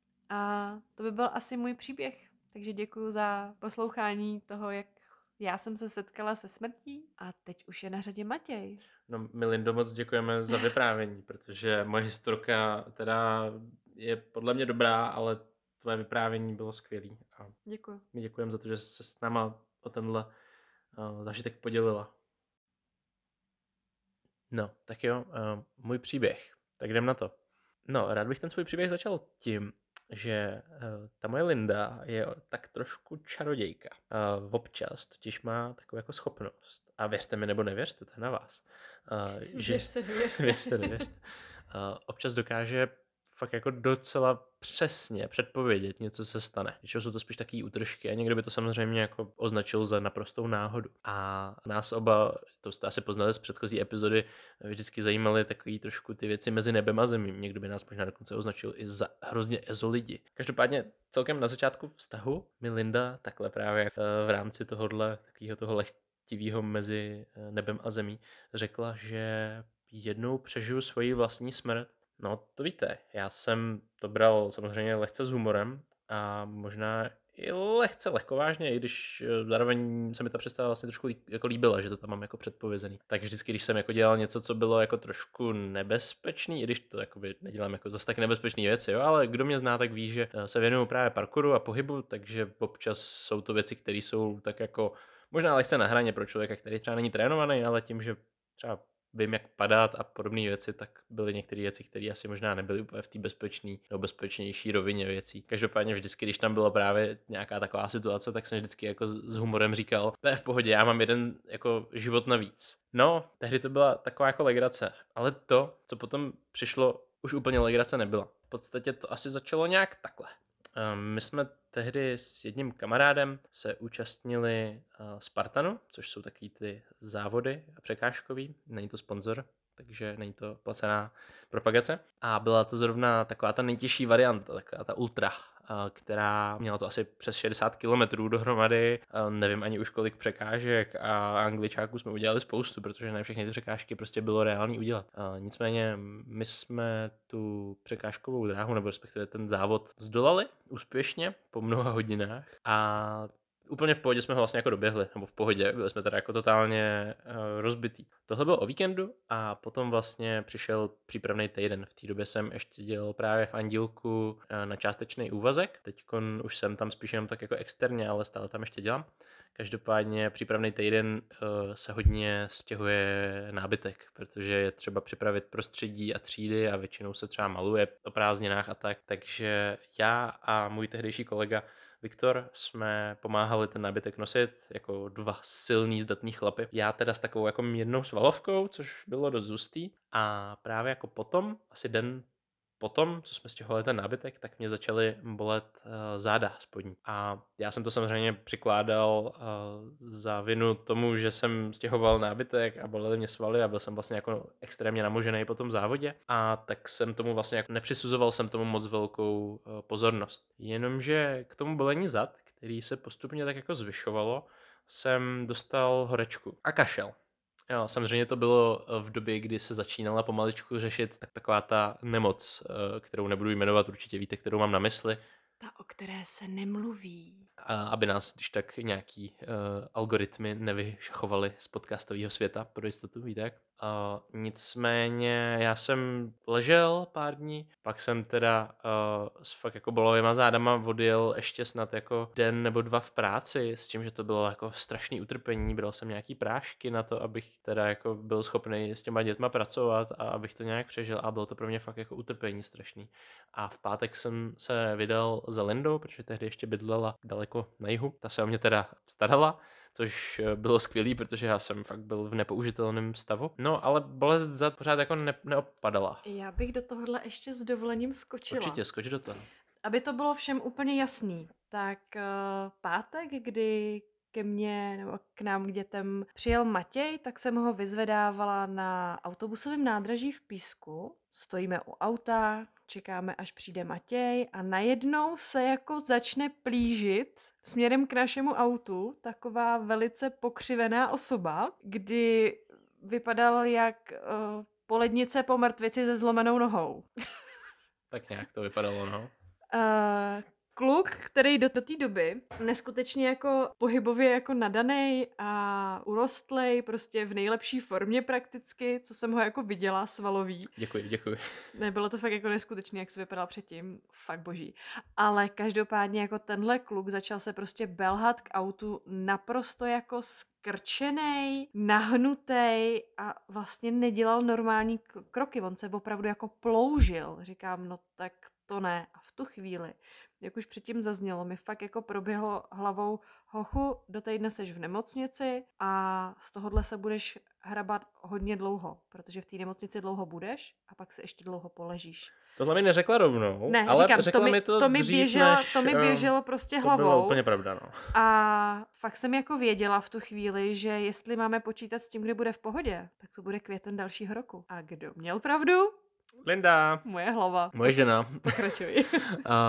a to by byl asi můj příběh. Takže děkuji za poslouchání toho, jak já jsem se setkala se smrtí a teď už je na řadě Matěj. No, my, Lindo, moc děkujeme za vyprávění, protože moje historka teda je podle mě dobrá, ale tvoje vyprávění bylo skvělý. A děkuji. My děkujeme za to, že se s náma o tenhle uh, zážitek podělila. No, tak jo, uh, můj příběh. Tak jdem na to. No, rád bych ten svůj příběh začal tím, že uh, ta moje Linda je tak trošku čarodějka. Uh, občas totiž má takovou jako schopnost. A věřte mi nebo nevěřte, to je na vás. Uh, že, věřte, nevěřte. věřte, nevěřte. Uh, občas dokáže fakt jako docela přesně předpovědět, něco se stane. Většinou jsou to spíš takové útržky a někdo by to samozřejmě jako označil za naprostou náhodu. A nás oba, to jste asi poznali z předchozí epizody, vždycky zajímaly takový trošku ty věci mezi nebem a zemím. Někdo by nás možná dokonce označil i za hrozně ezo lidi. Každopádně celkem na začátku vztahu mi Linda takhle právě v rámci tohohle takového toho lehtivého mezi nebem a zemí řekla, že jednou přežiju svoji vlastní smrt. No to víte, já jsem to bral samozřejmě lehce s humorem a možná i lehce lehkovážně, i když zároveň se mi ta představa vlastně trošku jako líbila, že to tam mám jako předpovězený. Tak vždycky, když jsem jako dělal něco, co bylo jako trošku nebezpečný, i když to jakoby nedělám jako zase tak nebezpečný věci, jo, ale kdo mě zná, tak ví, že se věnuju právě parkouru a pohybu, takže občas jsou to věci, které jsou tak jako možná lehce na hraně pro člověka, který třeba není trénovaný, ale tím, že třeba vím, jak padat a podobné věci, tak byly některé věci, které asi možná nebyly úplně v té bezpečné nebo bezpečnější rovině věcí. Každopádně vždycky, když tam byla právě nějaká taková situace, tak jsem vždycky jako s humorem říkal, to je v pohodě, já mám jeden jako život navíc. No, tehdy to byla taková jako legrace, ale to, co potom přišlo, už úplně legrace nebyla. V podstatě to asi začalo nějak takhle. My jsme tehdy s jedním kamarádem se účastnili Spartanu, což jsou taky ty závody překážkový, není to sponzor, takže není to placená propagace. A byla to zrovna taková ta nejtěžší varianta, taková ta ultra, která měla to asi přes šedesát kilometrů dohromady, nevím ani už kolik překážek a Angličáků jsme udělali spoustu, protože ne všechny ty překážky prostě bylo reálný udělat. Nicméně my jsme tu překážkovou dráhu, nebo respektive ten závod zdolali úspěšně po mnoha hodinách a úplně v pohodě jsme ho vlastně jako doběhli, nebo v pohodě, byli jsme teda jako totálně uh, rozbitý. Tohle bylo o víkendu a potom vlastně přišel přípravný týden. V té době jsem ještě dělal právě v Andílku uh, na částečný úvazek, teď už jsem tam spíš jenom tak jako externě, ale stále tam ještě dělám. Každopádně přípravný týden uh, se hodně stěhuje nábytek, protože je třeba připravit prostředí a třídy a většinou se třeba maluje o prázdninách a tak. Takže já a můj tehdejší kolega Viktor jsme pomáhali ten nábytek nosit jako dva silný zdatní chlapy. Já teda s takovou jako mírnou svalovkou, což bylo dost hustý. A právě jako potom, asi den potom, co jsme stěhovali ten nábytek, tak mě začaly bolet uh, záda spodní. A já jsem to samozřejmě přikládal uh, za vinu tomu, že jsem stěhoval nábytek a bolely mě svaly a byl jsem vlastně jako extrémně namožený po tom závodě. A tak jsem tomu vlastně jako nepřisuzoval jsem tomu moc velkou uh, pozornost. Jenomže k tomu bolení zad, který se postupně tak jako zvyšovalo, jsem dostal horečku a kašel. Jo, samozřejmě to bylo v době, kdy se začínala pomaličku řešit tak taková ta nemoc, kterou nebudu jmenovat, určitě víte, kterou mám na mysli. Ta, o které se nemluví. A aby nás, když tak nějaký uh, algoritmy nevyšachovaly z podcastového světa, pro jistotu, víte jak. Uh, nicméně já jsem ležel pár dní, pak jsem teda uh, s fakt jako bolovýma zádama odjel ještě snad jako den nebo dva v práci, s tím, že to bylo jako strašný utrpení, bral jsem nějaký prášky na to, abych teda jako byl schopný s těma dětma pracovat a abych to nějak přežil a bylo to pro mě fakt jako utrpení strašný. A v pátek jsem se vydal za Lindou, protože tehdy ještě bydlela daleko na jihu. Ta se o mě teda starala, což bylo skvělý, protože já jsem fakt byl v nepoužitelném stavu. No, ale bolest zad pořád jako ne- neopadala. Já bych do tohohle ještě s dovolením skočila. Určitě, skoč do toho. Aby to bylo všem úplně jasný, tak uh, pátek, kdy ke mně nebo k nám k dětem přijel Matěj, tak jsem ho vyzvedávala na autobusovém nádraží v Písku. Stojíme u auta, čekáme, až přijde Matěj a najednou se jako začne plížit směrem k našemu autu taková velice pokřivená osoba, kdy vypadal jak uh, polednice po mrtvici se zlomenou nohou. Tak nějak to vypadalo, no. Uh, kluk, který do, do té doby neskutečně jako pohybově jako nadanej a urostlej, prostě v nejlepší formě prakticky, co jsem ho jako viděla, svalový. Děkuji, děkuji. Nebylo to fakt jako neskutečný, jak se vypadal předtím, fakt boží. Ale každopádně jako tenhle kluk začal se prostě belhat k autu naprosto jako skrčenej, nahnutej a vlastně nedělal normální kroky. On se opravdu jako ploužil. Říkám, no tak to ne. A v tu chvíli, jak už předtím zaznělo, mi fakt jako proběhlo hlavou, hochu, do týdne seš v nemocnici a z tohohle se budeš hrabat hodně dlouho, protože v té nemocnici dlouho budeš a pak se ještě dlouho poležíš. Tohle mi neřekla rovnou, ne, ale říkám, řekla to mi, mi to, to mi dřív, běželo, než, to mi běželo prostě to hlavou. To bylo úplně pravda, no. A fakt jsem jako věděla v tu chvíli, že jestli máme počítat s tím, kdy bude v pohodě, tak to bude květen dalšího roku. A kdo měl pravdu? Linda. Moje hlava. Moje žena. Pokračuj. uh,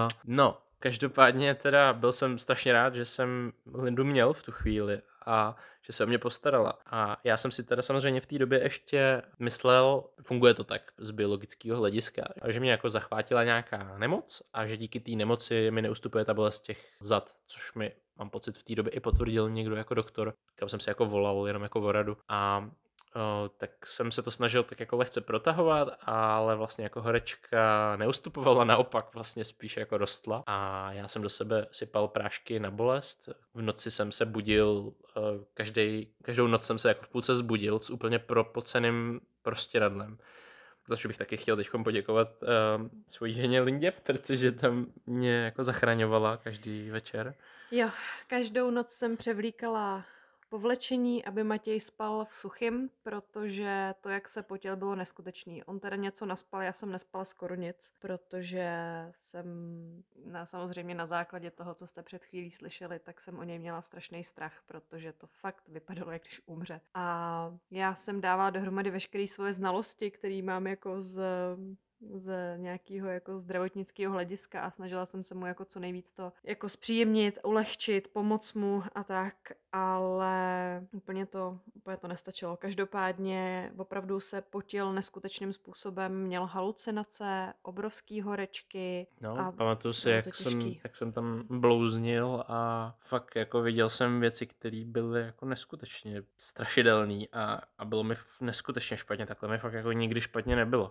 no, každopádně teda byl jsem strašně rád, že jsem Lindu měl v tu chvíli a že se o mě postarala. A já jsem si teda samozřejmě v té době ještě myslel, funguje to tak z biologického hlediska, že mě jako zachvátila nějaká nemoc a že díky té nemoci mi neustupuje ta bolest těch zad, což mi mám pocit v té době i potvrdil někdo jako doktor, kam jsem si jako volal jenom jako o radu. A O, tak jsem se to snažil tak jako lehce protahovat, ale vlastně jako horečka neustupovala, naopak vlastně spíš jako rostla a já jsem do sebe sypal prášky na bolest. V noci jsem se budil, každý, každou noc jsem se jako v půlce zbudil s úplně propoceným prostěradlem. Za co bych taky chtěl teď poděkovat uh, svojí ženě Lindě, protože tam mě jako zachraňovala každý večer. Jo, každou noc jsem převlíkala povlečení, aby Matěj spal v suchým, protože to, jak se potil, bylo neskutečný. On teda něco naspal, já jsem nespala skoro nic, protože jsem na, samozřejmě na základě toho, co jste před chvílí slyšeli, tak jsem o něj měla strašný strach, protože to fakt vypadalo, jak když umře. A já jsem dávala dohromady veškeré svoje znalosti, které mám jako z z nějakého jako zdravotnického hlediska a snažila jsem se mu jako co nejvíc to jako zpříjemnit, ulehčit, pomoct mu a tak, ale úplně to, úplně to nestačilo. Každopádně opravdu se potil neskutečným způsobem, měl halucinace, obrovský horečky No, a pamatuju si, bylo to jak jsem, těžký. jak jsem tam blouznil a fakt jako viděl jsem věci, které byly jako neskutečně strašidelný a, a bylo mi f- neskutečně špatně, takhle mi fakt jako nikdy špatně nebylo.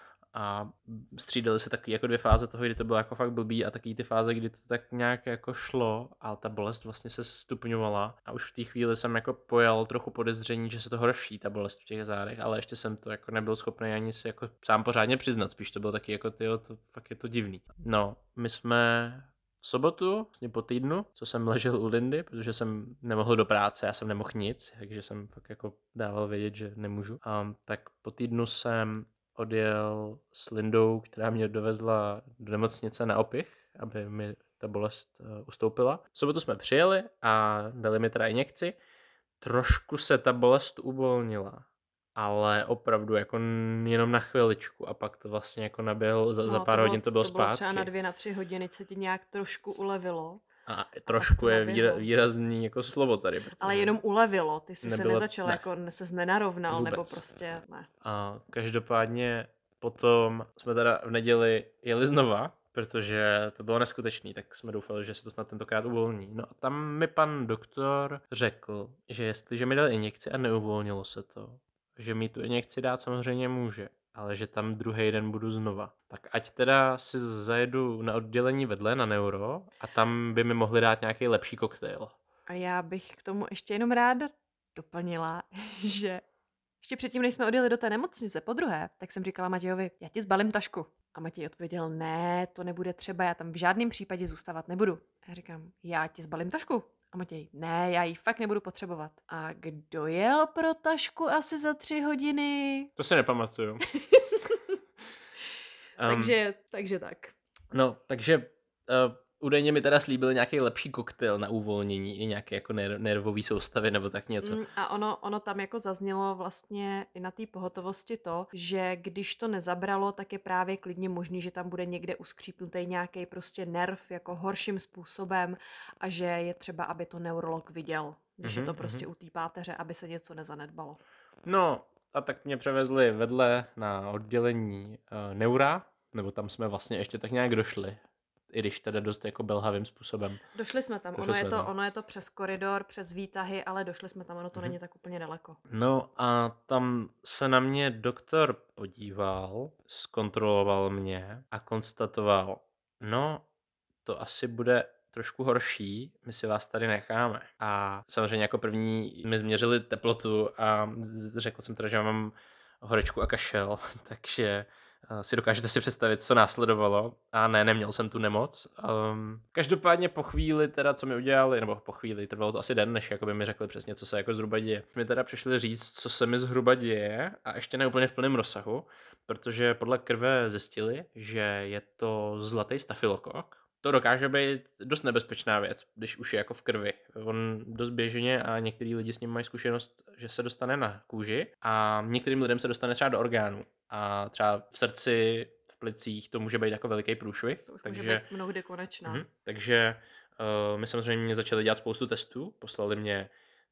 A střídaly se taky jako dvě fáze toho, kdy to bylo jako fakt blbý a taky ty fáze, kdy to tak nějak jako šlo, ale ta bolest vlastně se stupňovala a už v té chvíli jsem jako pojal trochu podezření, že se to horší, ta bolest v těch zádech, ale ještě jsem to jako nebyl schopný ani si jako sám pořádně přiznat, spíš to bylo taky jako tyjo, to fakt je to divný. No, my jsme v sobotu, vlastně po týdnu, co jsem ležel u Lindy, protože jsem nemohl do práce, já jsem nemohl nic, takže jsem fakt jako dával vědět, že nemůžu. Um, tak po týdnu jsem odjel s Lindou, která mě dovezla do nemocnice na Opich, aby mi ta bolest uh, ustoupila. V sobotu jsme přijeli a dali mi teda injekci. Trošku se ta bolest uvolnila, ale opravdu jako jenom na chviličku a pak to vlastně jako naběhlo, za, No, za pár to bylo, hodin to bylo to bylo zpátky. třeba na dvě, na tři hodiny se ti nějak trošku ulevilo. A A trošku je výra, naběhlo. výrazný jako slovo tady. Ale jenom ulevilo, ty jsi nebyla, se nezačal, ne, jako se nenarovnal, vůbec, nebo prostě ne. A každopádně potom jsme teda v neděli jeli znova, protože to bylo neskutečný, tak jsme doufali, že se to snad tentokrát uvolní. No a tam mi pan doktor řekl, že jestliže mi dal injekci a neuvolnilo se to, že mi tu injekci dát samozřejmě může, ale že tam druhý den budu znova. Tak ať teda si zajedu na oddělení vedle na neuro a tam by mi mohli dát nějaký lepší koktejl. A já bych k tomu ještě jenom ráda doplnila, že ještě předtím, než jsme odjeli do té nemocnice po druhé, tak jsem říkala Matějovi, já ti zbalím tašku. A Matěj odpověděl, ne, to nebude třeba, já tam v žádném případě zůstávat nebudu. A já říkám, já ti zbalím tašku. A Matěj, ne, já ji fakt nebudu potřebovat. A kdo jel pro tašku asi za tři hodiny? To si nepamatuju. um, takže, takže tak. No, takže uh, údajně mi teda slíbil nějaký lepší koktejl na uvolnění i nějaké jako ner- nervové soustavy nebo tak něco. Mm, a ono, ono tam jako zaznělo vlastně i na té pohotovosti to, že když to nezabralo, tak je právě klidně možný, že tam bude někde uskřípnutý nějaký prostě nerv jako horším způsobem a že je třeba, aby to neurolog viděl, když mm-hmm, je to prostě mm-hmm. u té páteře, aby se něco nezanedbalo. No a tak mě převezli vedle na oddělení uh, neura, nebo tam jsme vlastně ještě tak nějak došli. I když teda dost jako belhavým způsobem. Došli jsme tam, došli ono, jsme je to, tam. ono je to přes koridor, přes výtahy, ale došli jsme tam, ono to mm-hmm. není tak úplně daleko. No a tam se na mě doktor podíval, zkontroloval mě a konstatoval, no to asi bude trošku horší, my si vás tady necháme. A samozřejmě jako první mi změřili teplotu a řekl jsem teda, že mám horečku a kašel, takže si dokážete si představit, co následovalo. A ne, neměl jsem tu nemoc. Um, každopádně po chvíli teda, co mi udělali, nebo po chvíli, trvalo to asi den, než jakoby mi řekli přesně, co se jako zhruba děje. Mi teda přišli říct, co se mi zhruba děje a ještě ne úplně v plném rozsahu, protože podle krve zjistili, že je to zlatý stafylokok. To dokáže být dost nebezpečná věc, když už je jako v krvi. On dost běžně a některý lidi s ním mají zkušenost, že se dostane na kůži a některým lidem se dostane třeba do orgánů. A třeba v srdci, v plicích to může být jako veliký průšvih. To už takže, může být mnohdy konečná. Mh, takže uh, my samozřejmě začali dělat spoustu testů. Poslali mě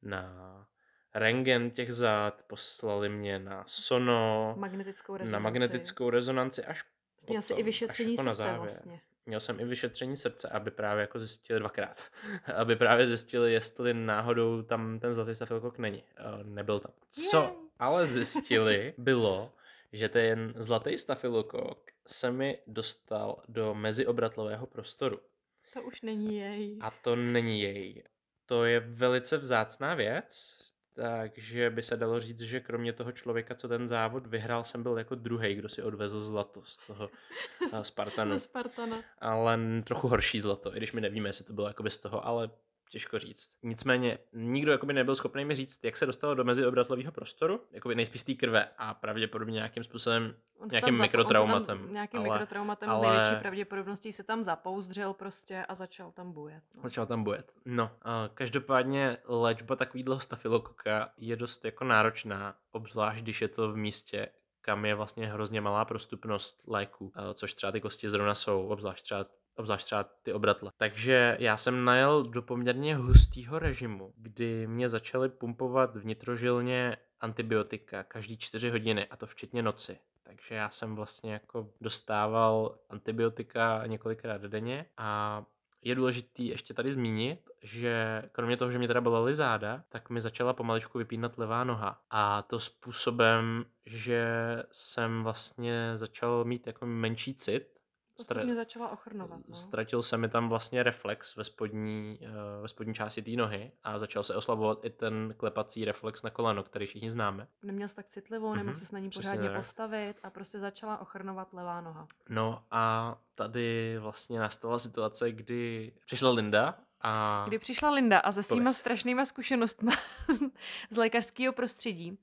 na rentgen těch zad, poslali mě na sono, magnetickou rezonanci. na magnetickou rezonanci až Měl jsi i vyšetření jako srdce vlastně. Měl jsem i vyšetření srdce, aby právě jako zjistili dvakrát. aby právě zjistili, jestli náhodou tam ten zlatý stafylokok není. Uh, nebyl tam. Co Yay. ale zjistili, bylo, že ten zlatý stafylokok se mi dostal do meziobratlového prostoru. To už není jej. A to není jej. To je velice vzácná věc, takže by se dalo říct, že kromě toho člověka, co ten závod vyhrál, jsem byl jako druhej, kdo si odvezl zlato z toho Spartanu. Ze Spartana. Ale trochu horší zlato, i když my nevíme, jestli to bylo jakoby z toho, ale těžko říct. Nicméně nikdo jakoby nebyl schopný mi říct, jak se dostalo do meziobratlového prostoru, jakoby nejspíš z té krve a pravděpodobně nějakým způsobem, on nějakým zap- mikrotraumatem. Nějakým ale, mikrotraumatem ale... s největší pravděpodobností se tam zapouzdřil prostě a začal tam bujet. No. Začal tam bujet. No, a každopádně léčba takovýhle stafylokoka je dost jako náročná, obzvlášť když je to v místě, kam je vlastně hrozně malá prostupnost léků, což třeba ty kosti zrovna jsou, obzvlášť třeba obzvlášť třeba ty obratle. Takže já jsem najel do poměrně hustého režimu, kdy mě začaly pumpovat vnitrožilně antibiotika každý čtyři hodiny, a to včetně noci. Takže já jsem vlastně jako dostával antibiotika několikrát denně a je důležitý ještě tady zmínit, že kromě toho, že mě teda bolely záda, tak mi začala pomaličku vypínat levá noha. A to způsobem, že jsem vlastně začal mít jako menší cit. Postupně začala ochrnovat, no. Ztratil se mi tam vlastně reflex ve spodní, ve spodní části té nohy a začal se oslabovat i ten klepací reflex na koleno, který všichni známe. Neměl jsi tak citlivou, mm-hmm. nemohl se na ní pořádně tak postavit a prostě začala ochrnovat levá noha. No a tady vlastně nastala situace, kdy přišla Linda a... Kdy přišla Linda a se svýma strašnýma zkušenostmi z lékařského prostředí,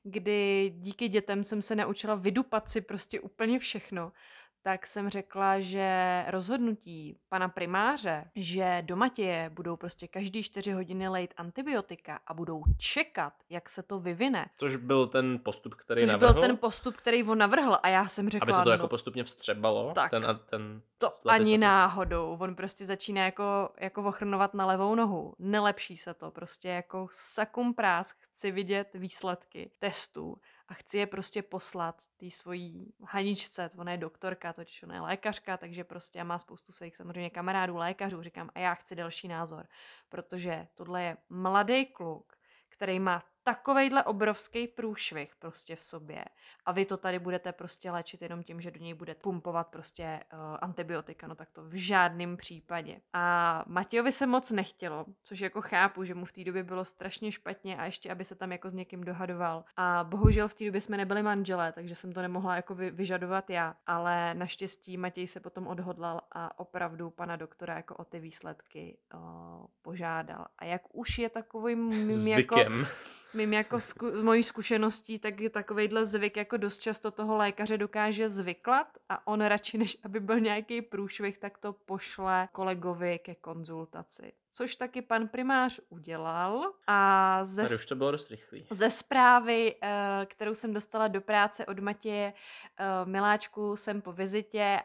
kdy díky dětem jsem se naučila vydupat si prostě úplně všechno, tak jsem řekla, že rozhodnutí pana primáře, že do Matěje budou prostě každý čtyři hodiny lejt antibiotika a budou čekat, jak se to vyvine. Což byl ten postup, který Což navrhl. byl ten postup, který on navrhl a já jsem řekla... Aby se to no, jako postupně vstřebalo. Tak, ten a ten to ani náhodou. On prostě začíná jako, jako ochrnovat na levou nohu. Nelepší se to. Prostě jako sakum prás chci vidět výsledky testů. A chci je prostě poslat té svojí Haničce, ona je doktorka, totiž ona je lékařka, takže prostě má spoustu svých samozřejmě kamarádů lékařů, říkám, a já chci další názor, protože tohle je mladý kluk, který má takovejhle obrovský průšvih prostě v sobě a vy to tady budete prostě léčit jenom tím, že do něj budete pumpovat prostě uh, antibiotika, no tak to v žádném případě. A Matějovi se moc nechtělo, což jako chápu, že mu v té době bylo strašně špatně a ještě, aby se tam jako s někým dohadoval. A bohužel v té době jsme nebyli manželé, takže jsem to nemohla jako vy, vyžadovat já, ale naštěstí Matěj se potom odhodlal a opravdu pana doktora jako o ty výsledky uh, požádal. A jak už je takovým mým jako... Mým jako zku, mojí zkušeností, tak je takovejhle zvyk jako dost často toho lékaře dokáže zvyklat a on radši, než aby byl nějaký průšvih, tak to pošle kolegovi ke konzultaci. Což taky pan primář udělal a ze, Tady už to bylo dost rychlý. Ze zprávy, kterou jsem dostala do práce od Matěje, miláčku, jsem po vizitě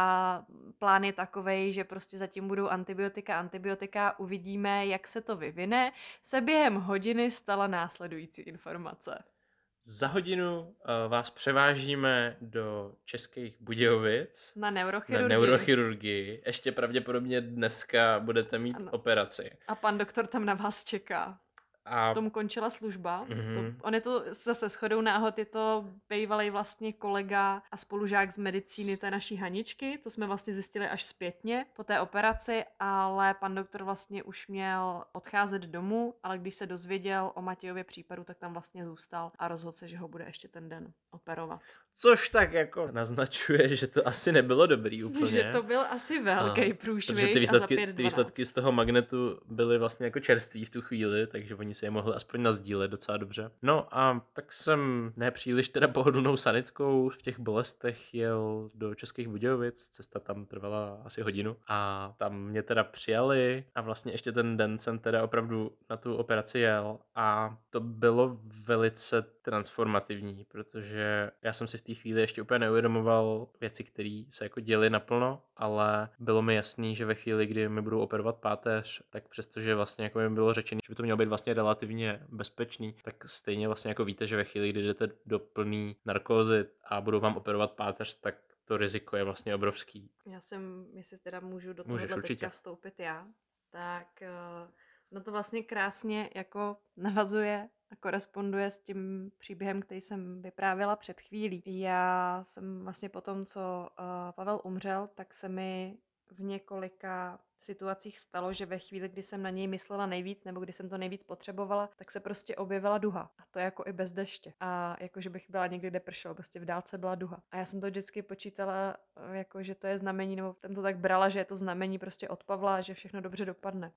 a plán je takovej, že prostě zatím budou antibiotika, antibiotika, uvidíme, jak se to vyvine, se během hodiny stala následující informace. Za hodinu uh, vás převážíme do Českých Budějovic na neurochirurgii. na neurochirurgii. Ještě pravděpodobně dneska budete mít ano. operaci. A pan doktor tam na vás čeká. A... Tomu končila služba. Mm-hmm. To, on je to zase shodou náhod, je to bývalý vlastně kolega a spolužák z medicíny té naší Haničky. To jsme vlastně zjistili až zpětně po té operaci, ale pan doktor vlastně už měl odcházet domů, ale když se dozvěděl o Matějově případu, tak tam vlastně zůstal a rozhodl se, že ho bude ještě ten den operovat. Což tak jako naznačuje, že to asi nebylo dobrý úplně. Že to byl asi velký průšvih. Protože ty výsledky, ty výsledky z toho magnetu byly vlastně jako čerství v tu chvíli, takže oni se je mohli aspoň nazdílet docela dobře. No a tak jsem nepříliš teda pohodlnou sanitkou v těch bolestech jel do Českých Budějovic, cesta tam trvala asi hodinu a tam mě teda přijali a vlastně ještě ten den jsem teda opravdu na tu operaci jel a to bylo velice transformativní, protože já jsem si v té chvíli ještě úplně neuvědomoval věci, které se jako děly naplno, ale bylo mi jasný, že ve chvíli, kdy mi budou operovat páteř, tak přestože vlastně jako mi bylo řečeno, že by to mělo být vlastně relativně bezpečný, tak stejně vlastně jako víte, že ve chvíli, kdy jdete do plný narkózy a budou vám operovat páteř, tak to riziko je vlastně obrovský. Já jsem, jestli teda můžu do tohohle teďka vstoupit já, tak no to vlastně krásně jako navazuje a koresponduje s tím příběhem, který jsem vyprávěla před chvílí. Já jsem vlastně po tom, co uh, Pavel umřel, tak se mi v několika situacích stalo, že ve chvíli, kdy jsem na něj myslela nejvíc, nebo kdy jsem to nejvíc potřebovala, tak se prostě objevila duha. A to jako i bez deště. A jako, že bych byla někdy, kde pršelo, prostě v dálce byla duha. A já jsem to vždycky počítala, jako, že to je znamení, nebo jsem to tak brala, že je to znamení prostě od Pavla, že všechno dobře dopadne.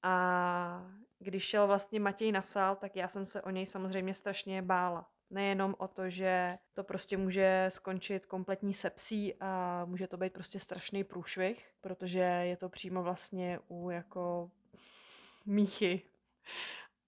A když šel vlastně Matěj na sál, tak já jsem se o něj samozřejmě strašně bála. Nejenom o to, že to prostě může skončit kompletní sepsí a může to být prostě strašný průšvih, protože je to přímo vlastně u jako míchy.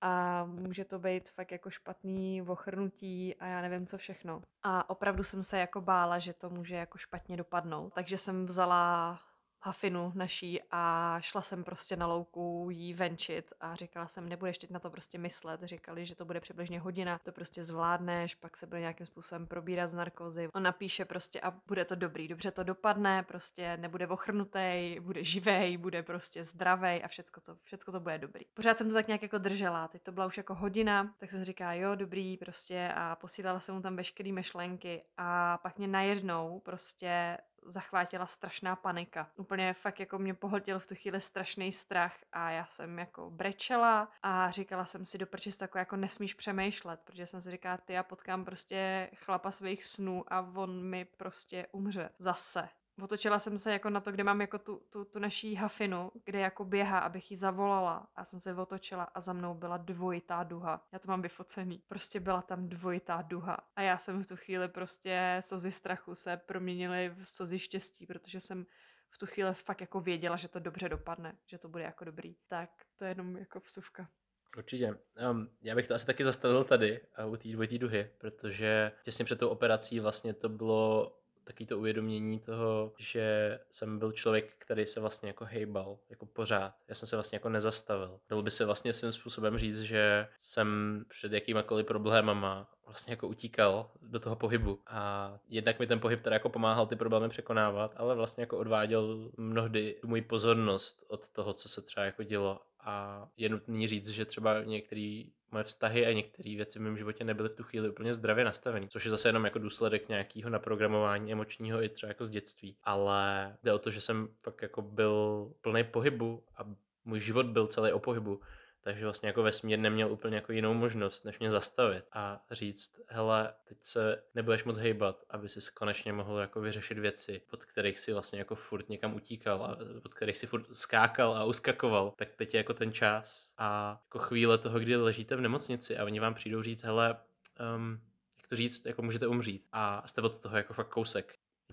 a může to být fakt jako špatný ochrnutí a já nevím co všechno. A opravdu jsem se jako bála, že to může jako špatně dopadnout. Takže jsem vzala hafinu naší a šla jsem prostě na louku jí venčit a říkala jsem, nebudeš teď na to prostě myslet. Říkali, že to bude přibližně hodina, to prostě zvládneš, pak se bude nějakým způsobem probírat z narkózy. On napíše prostě a bude to dobrý, dobře to dopadne, prostě nebude ochrnutej, bude živej, bude prostě zdravej a všecko to, všecko to bude dobrý. Pořád jsem to tak nějak jako držela, teď to byla už jako hodina, tak se říká, jo, dobrý prostě a posílala jsem mu tam veškerý myšlenky a pak mě najednou prostě zachvátila strašná panika. Úplně fakt jako mě pohltil v tu chvíli strašný strach a já jsem jako brečela a říkala jsem si do prčic takhle jako nesmíš přemýšlet, protože jsem si říkala, ty já potkám prostě chlapa svých snů a on mi prostě umře. Zase. Otočila jsem se jako na to, kde mám jako tu, tu, tu naší hafinu, kde jako běhá, abych ji zavolala a jsem se otočila a za mnou byla dvojitá duha. Já to mám vyfocený. Prostě byla tam dvojitá duha. A já jsem v tu chvíli prostě slzy strachu se proměnily v slzy štěstí, protože jsem v tu chvíli fakt jako věděla, že to dobře dopadne, že to bude jako dobrý. Tak to je jenom jako vsuvka. Určitě. Um, já bych to asi taky zastavil tady uh, u té dvojité duhy, protože těsně před tou operací vlastně to bylo taky to uvědomění toho, že jsem byl člověk, který se vlastně jako hejbal, jako pořád. Já jsem se vlastně jako nezastavil. Dalo by se vlastně svým způsobem říct, že jsem před jakýmakoliv problémama vlastně jako utíkal do toho pohybu. A jednak mi ten pohyb teda jako pomáhal ty problémy překonávat, ale vlastně jako odváděl mnohdy tu moji pozornost od toho, co se třeba jako dělo. A je nutný říct, že třeba některé moje vztahy a některé věci v mém životě nebyly v tu chvíli úplně zdravě nastavený, což je zase jenom jako důsledek nějakého naprogramování emočního i třeba jako z dětství. Ale jde o to, že jsem fakt jako byl plný pohybu a můj život byl celý o pohybu. Takže vlastně jako vesmír neměl úplně jako jinou možnost, než mě zastavit a říct, hele, teď se nebudeš moc hejbat, aby si konečně mohl jako vyřešit věci, od kterých si vlastně jako furt někam utíkal a od kterých si furt skákal a uskakoval, tak teď je jako ten čas a jako chvíle toho, kdy ležíte v nemocnici a oni vám přijdou říct, hele, um, jak to říct, jako můžete umřít a jste od toho jako fakt kousek.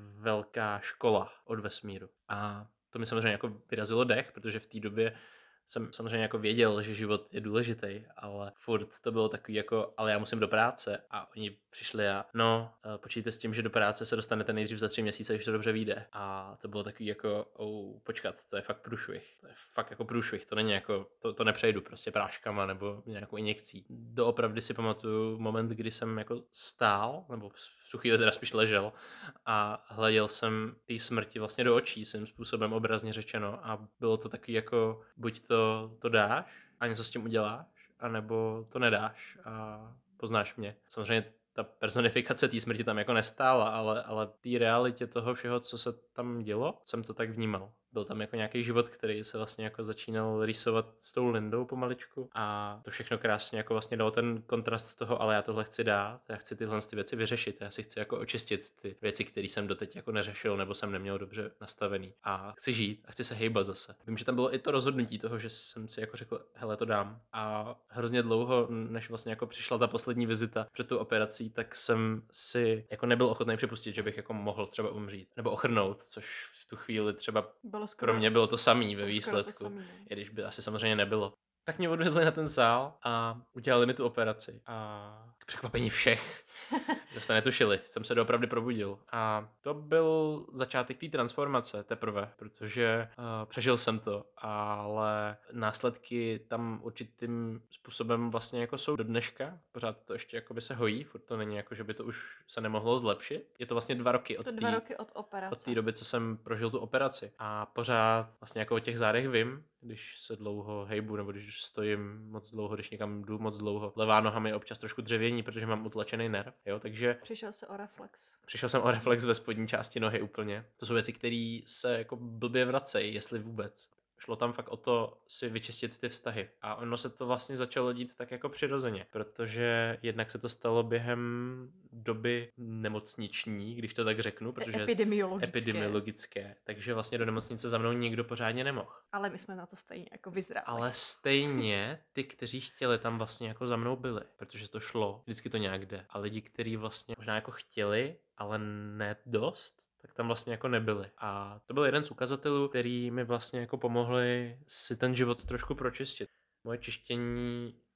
Velká škola od vesmíru. A to mi samozřejmě jako vyrazilo dech, protože v té době jsem samozřejmě jako věděl, že život je důležitý, ale furt to bylo takový jako, ale já musím do práce a oni přišli a no, počítejte s tím, že do práce se dostanete nejdřív za tři měsíce, když to dobře vyjde. A to bylo takový jako, oh, počkat, to je fakt průšvih, to je fakt jako průšvih, to není jako, to, to nepřejdu prostě práškama nebo nějakou injekcí. Doopravdy si pamatuju moment, kdy jsem jako stál, nebo v tu chvíli teda spíš ležel a hleděl jsem té smrti vlastně do očí, svým způsobem obrazně řečeno a bylo to taky jako, buď to to dáš a něco s tím uděláš, anebo to nedáš a poznáš mě. Samozřejmě ta personifikace té smrti tam jako nestála, ale, ale té realitě toho všeho, co se tam dělo, jsem to tak vnímal. Byl tam jako nějaký život, který se vlastně jako začínal rýsovat s tou Lindou pomaličku a to všechno krásně jako vlastně dalo ten kontrast z toho, ale já tohle chci dát, já chci tyhle ty věci vyřešit, já si chci jako očistit ty věci, které jsem doteď jako neřešil nebo jsem neměl dobře nastavený a chci žít a chci se hejbat zase. Vím, že tam bylo i to rozhodnutí toho, že jsem si jako řekl, hele, to dám a hrozně dlouho, než vlastně jako přišla ta poslední vizita před tou operací, tak jsem si jako nebyl ochotný připustit, že bych jako mohl třeba umřít nebo ochrnout, což v tu chvíli třeba Bylo skoro, pro mě bylo to samý ve bylo skoro to výsledku, samý, no. i když by asi samozřejmě nebylo. Tak mě odvezli na ten sál a udělali mi tu operaci a k překvapení všech zase netušili, jsem se doopravdy probudil a to byl začátek té transformace teprve, protože uh, přežil jsem to, ale následky tam určitým způsobem vlastně jako jsou do dneška, pořád to ještě jako by se hojí, furt to není jako, že by to už se nemohlo zlepšit. Je to vlastně dva roky od To té dva roky od operace. od té doby, co jsem prožil tu operaci a pořád vlastně jako o těch zádech vím, když se dlouho hejbu nebo když stojím moc dlouho, když někam jdu moc dlouho. Levá noha mi je občas trošku dřevění, protože mám utlačený nerv, jo, takže Přišel se o reflex. přišel jsem o reflex ve spodní části nohy úplně. To jsou věci, které se jako blbě vracejí, jestli vůbec. Šlo tam fakt o to si vyčistit ty vztahy. A ono se to vlastně začalo dít tak jako přirozeně, protože jednak se to stalo během doby nemocniční, když to tak řeknu, protože Epidemiologické. epidemiologické, takže vlastně do nemocnice za mnou nikdo pořádně nemohl. Ale my jsme na to stejně jako vyzráli. Ale stejně ty, kteří chtěli, tam vlastně jako za mnou byli, protože to šlo, vždycky to nějak jde. A lidi, kteří vlastně možná jako chtěli, ale ne dost, tak tam vlastně jako nebyli. A to byl jeden z ukazatelů, který mi vlastně jako pomohli si ten život trošku pročistit. Moje čištění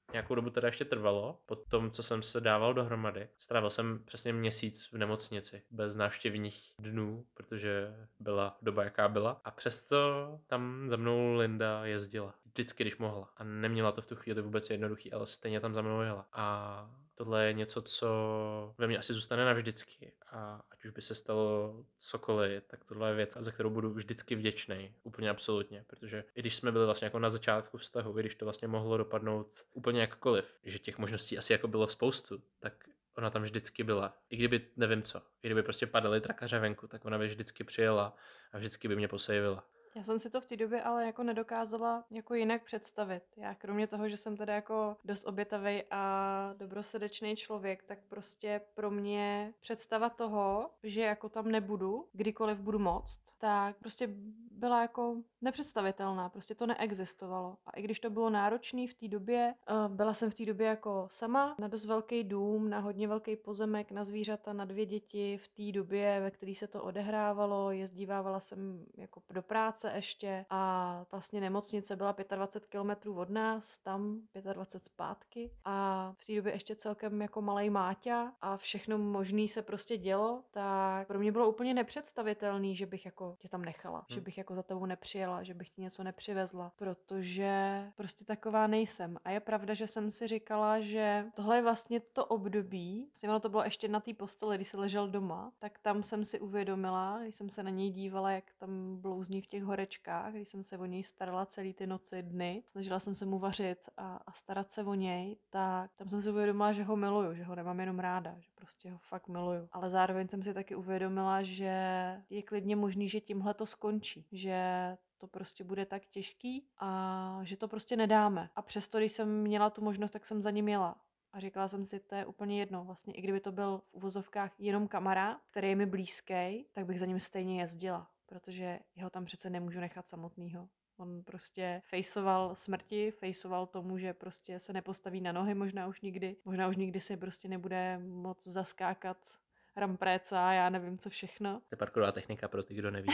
nějakou dobu teda ještě trvalo, po tom, co jsem se dával dohromady. Strávil jsem přesně měsíc v nemocnici, bez návštěvních dnů, protože byla doba, jaká byla. A přesto tam za mnou Linda jezdila. Vždycky, když mohla. A neměla to v tu chvíli vůbec jednoduchý, ale stejně tam za mnou jela. A tohle je něco, co ve mně asi zůstane navždycky. A ať už by se stalo cokoliv, tak tohle je věc, za kterou budu vždycky vděčný. Úplně absolutně. Protože i když jsme byli vlastně jako na začátku vztahu, i když to vlastně mohlo dopadnout úplně jakkoliv, že těch možností asi jako bylo spoustu, tak ona tam vždycky byla. I kdyby nevím co, i kdyby prostě padaly trakaře venku, tak ona by vždycky přijela a vždycky by mě posejvila. Já jsem si to v té době ale jako nedokázala jako jinak představit. Já kromě toho, že jsem teda jako dost obětavý a dobrosrdečný člověk, tak prostě pro mě představa toho, že jako tam nebudu, kdykoliv budu moct, tak prostě byla jako nepředstavitelná, prostě to neexistovalo. A i když to bylo náročné v té době, byla jsem v té době jako sama na dost velký dům, na hodně velký pozemek, na zvířata, na dvě děti v té době, ve které se to odehrávalo, jezdívávala jsem jako do práce ještě a vlastně nemocnice byla dvacet pět kilometrů od nás, tam dvacet pět zpátky a v té době ještě celkem jako malej Máťa a všechno možný se prostě dělo, tak pro mě bylo úplně nepředstavitelný, že bych jako tě tam nechala, hmm. že bych jako za tebou nepřijela, že bych ti něco nepřivezla, protože prostě taková nejsem. A je pravda, že jsem si říkala, že tohle je vlastně to období, vlastně ono to bylo ještě na té posteli, když se ležel doma, tak tam jsem si uvědomila, když jsem se na něj dívala, jak tam blouzní v těch horečkách, když jsem se o něj starala celý ty noci, dny, snažila jsem se mu vařit a, a starat se o něj, tak tam jsem si uvědomila, že ho miluju, že ho nemám jenom ráda, že prostě ho fakt miluju. Ale zároveň jsem si taky uvědomila, že je klidně možný, že tímhle to skončí, že to prostě bude tak těžký a že to prostě nedáme. A přesto, když jsem měla tu možnost, tak jsem za ním jela. A říkala jsem si, to je úplně jedno. Vlastně i kdyby to byl v uvozovkách jenom kamarád, který je mi blízký, tak bych za ním stejně jezdila. Protože jeho tam přece nemůžu nechat samotnýho. On prostě fejsoval smrti, fejsoval tomu, že prostě se nepostaví na nohy možná už nikdy. Možná už nikdy se prostě nebude moc zaskákat rampréca, já nevím co všechno. To je parkourová technika pro ty, kdo neví.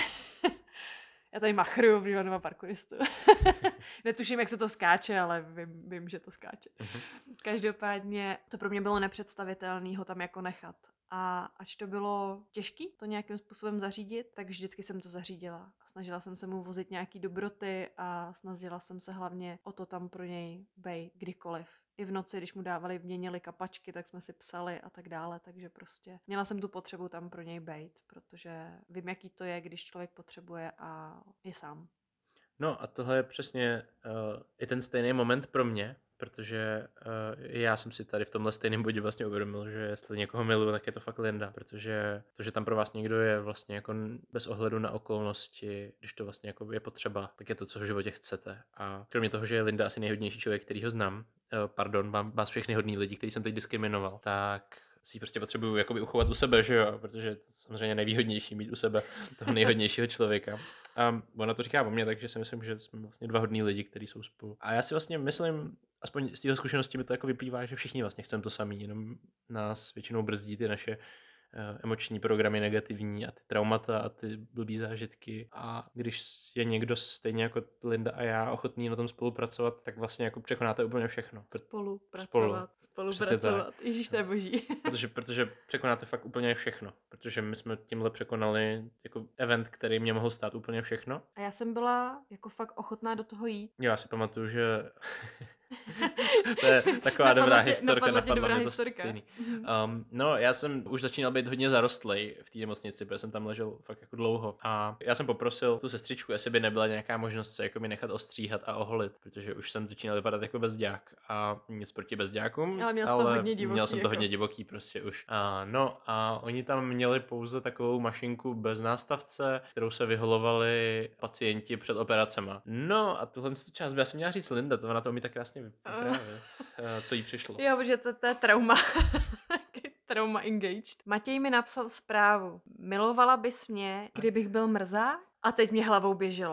Já tady machruju, protože mám doma parkouristu. Netuším, jak se to skáče, ale vím, vím že to skáče. Uh-huh. Každopádně to pro mě bylo nepředstavitelné ho tam jako nechat. A ač to bylo těžké to nějakým způsobem zařídit, tak vždycky jsem to zařídila. A snažila jsem se mu vozit nějaký dobroty a snažila jsem se hlavně o to tam pro něj bej kdykoliv. I v noci, když mu dávali, měnili kapačky, tak jsme si psali a tak dále, takže prostě měla jsem tu potřebu tam pro něj bejt, protože vím, jaký to je, když člověk potřebuje a je sám. No a tohle je přesně uh, i ten stejný moment pro mě, protože uh, já jsem si tady v tomhle stejném bodě vlastně uvědomil, že jestli někoho miluju, tak je to fakt Linda, protože to, že tam pro vás někdo je vlastně jako bez ohledu na okolnosti, když to vlastně jako je potřeba, tak je to, co v životě chcete. A kromě toho, že je Linda asi nejhodnější člověk, který ho znám, uh, pardon, mám vás všechny hodný lidi, který jsem teď diskriminoval, tak si prostě potřebuju jakoby uchovat u sebe, že jo, protože je to samozřejmě nejvýhodnější mít u sebe toho nejhodnějšího člověka. A ona to říká o mě, takže si myslím, že jsme vlastně dva hodní lidi, kteří jsou spolu. A já si vlastně myslím, aspoň z téhle zkušenosti mi to jako vyplývá, že všichni vlastně chceme to samý, jenom nás většinou brzdí ty naše uh, emoční programy negativní a ty traumata a ty blbý zážitky. A když je někdo stejně jako Linda a já ochotný na tom spolupracovat, tak vlastně jako překonáte úplně všechno. Spolupracovat, Spolu. spolupracovat. Ježíš, to je boží. protože, protože překonáte fakt úplně všechno. Protože my jsme tímhle překonali jako event, který mě mohl stát úplně všechno. A já jsem byla jako fakt ochotná do toho jít. Já si pamatuju, že to je taková dobrá historka, napadla mě to stejný. Um, no, já jsem už začínal být hodně zarostlej v té nemocnici, protože jsem tam ležel fakt jako dlouho. A já jsem poprosil tu sestřičku, jestli by nebyla nějaká možnost se jako mi nechat ostříhat a oholit, protože už jsem začínal vypadat jako bezďák. A nic proti bezďákům, ale měl, ale to hodně divoký, měl jsem to jako. hodně divoký prostě už. A, no a oni tam měli pouze takovou mašinku bez nástavce, kterou se vyholovali pacienti před operacema. No a tuhle část by asi měla říct Linda, to ona to mi tak krásně vyprávět, co jí přišlo. Jo, protože to, to je trauma. Trauma engaged. Matěj mi napsal zprávu. Milovala bys mě, kdybych byl mrzák? A teď mě hlavou běželo.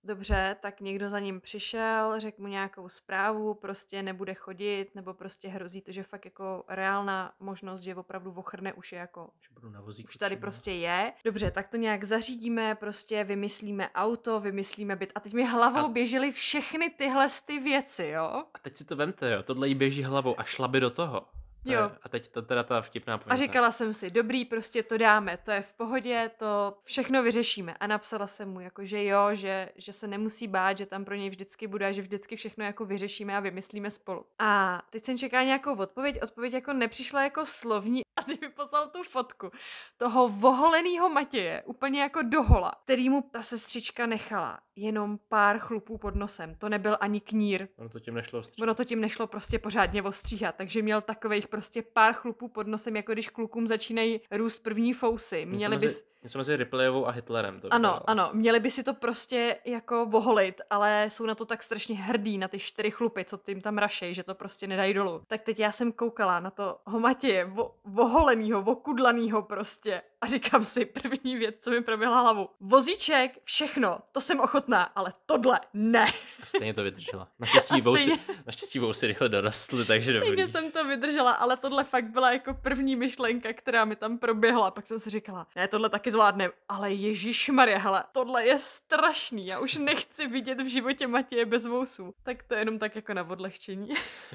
dobře, tak někdo za ním přišel, řekl mu nějakou zprávu, prostě nebude chodit, nebo prostě hrozí to, že fakt jako reálná možnost, že opravdu ochrne už je jako, Že budu na vozíku už tady třeba. prostě je. Dobře, tak to nějak zařídíme, prostě vymyslíme auto, vymyslíme byt. A teď mi hlavou A- běžely všechny tyhle ty věci, jo? A teď si to vemte, jo, tohle jí běží hlavou a šla by do toho. To Jo. Je, a teď to teda ta vtipná A pointa. říkala jsem si, dobrý, prostě to dáme, to je v pohodě, to všechno vyřešíme. A napsala jsem mu, jako, že jo, že, že se nemusí bát, že tam pro něj vždycky bude a že vždycky všechno jako vyřešíme a vymyslíme spolu. A teď jsem čekala nějakou odpověď, odpověď jako nepřišla jako slovní a ty mi poslal tu fotku toho voholenýho Matěje, úplně jako dohola, který mu ta sestřička nechala jenom pár chlupů pod nosem. To nebyl ani knír. Ono to tím nešlo ostříhat. Ono to tím nešlo prostě pořádně ostříhat, takže měl takových prostě pár chlupů pod nosem, jako když klukům začínají růst první fousy. Měli něco, bys... mezi, něco mezi Ripleyovou a Hitlerem. To Ano, vypadalo. ano, měli by si to prostě jako voholit, ale jsou na to tak strašně hrdí, na ty čtyři chlupy, co tím tam rašej, že to prostě nedají dolů. Tak teď já jsem koukala na to Matěje, vo, voholenýho, vokudlanýho prostě. A říkám si, první věc, co mi proběhla hlavu. Vozíček, všechno, to jsem ochotná, ale tohle ne. A stejně to vydržela. Naštěstí, A vousy, stejně- naštěstí vousy rychle dorostly, takže dobrý. Stejně jsem to vydržela, ale tohle fakt byla jako první myšlenka, která mi tam proběhla. Pak jsem si říkala, ne, tohle taky zvládne, ale ježišmarja, hele, tohle je strašný, já už nechci vidět v životě Matěje bez vousů. Tak to je jenom tak jako na odlehčení.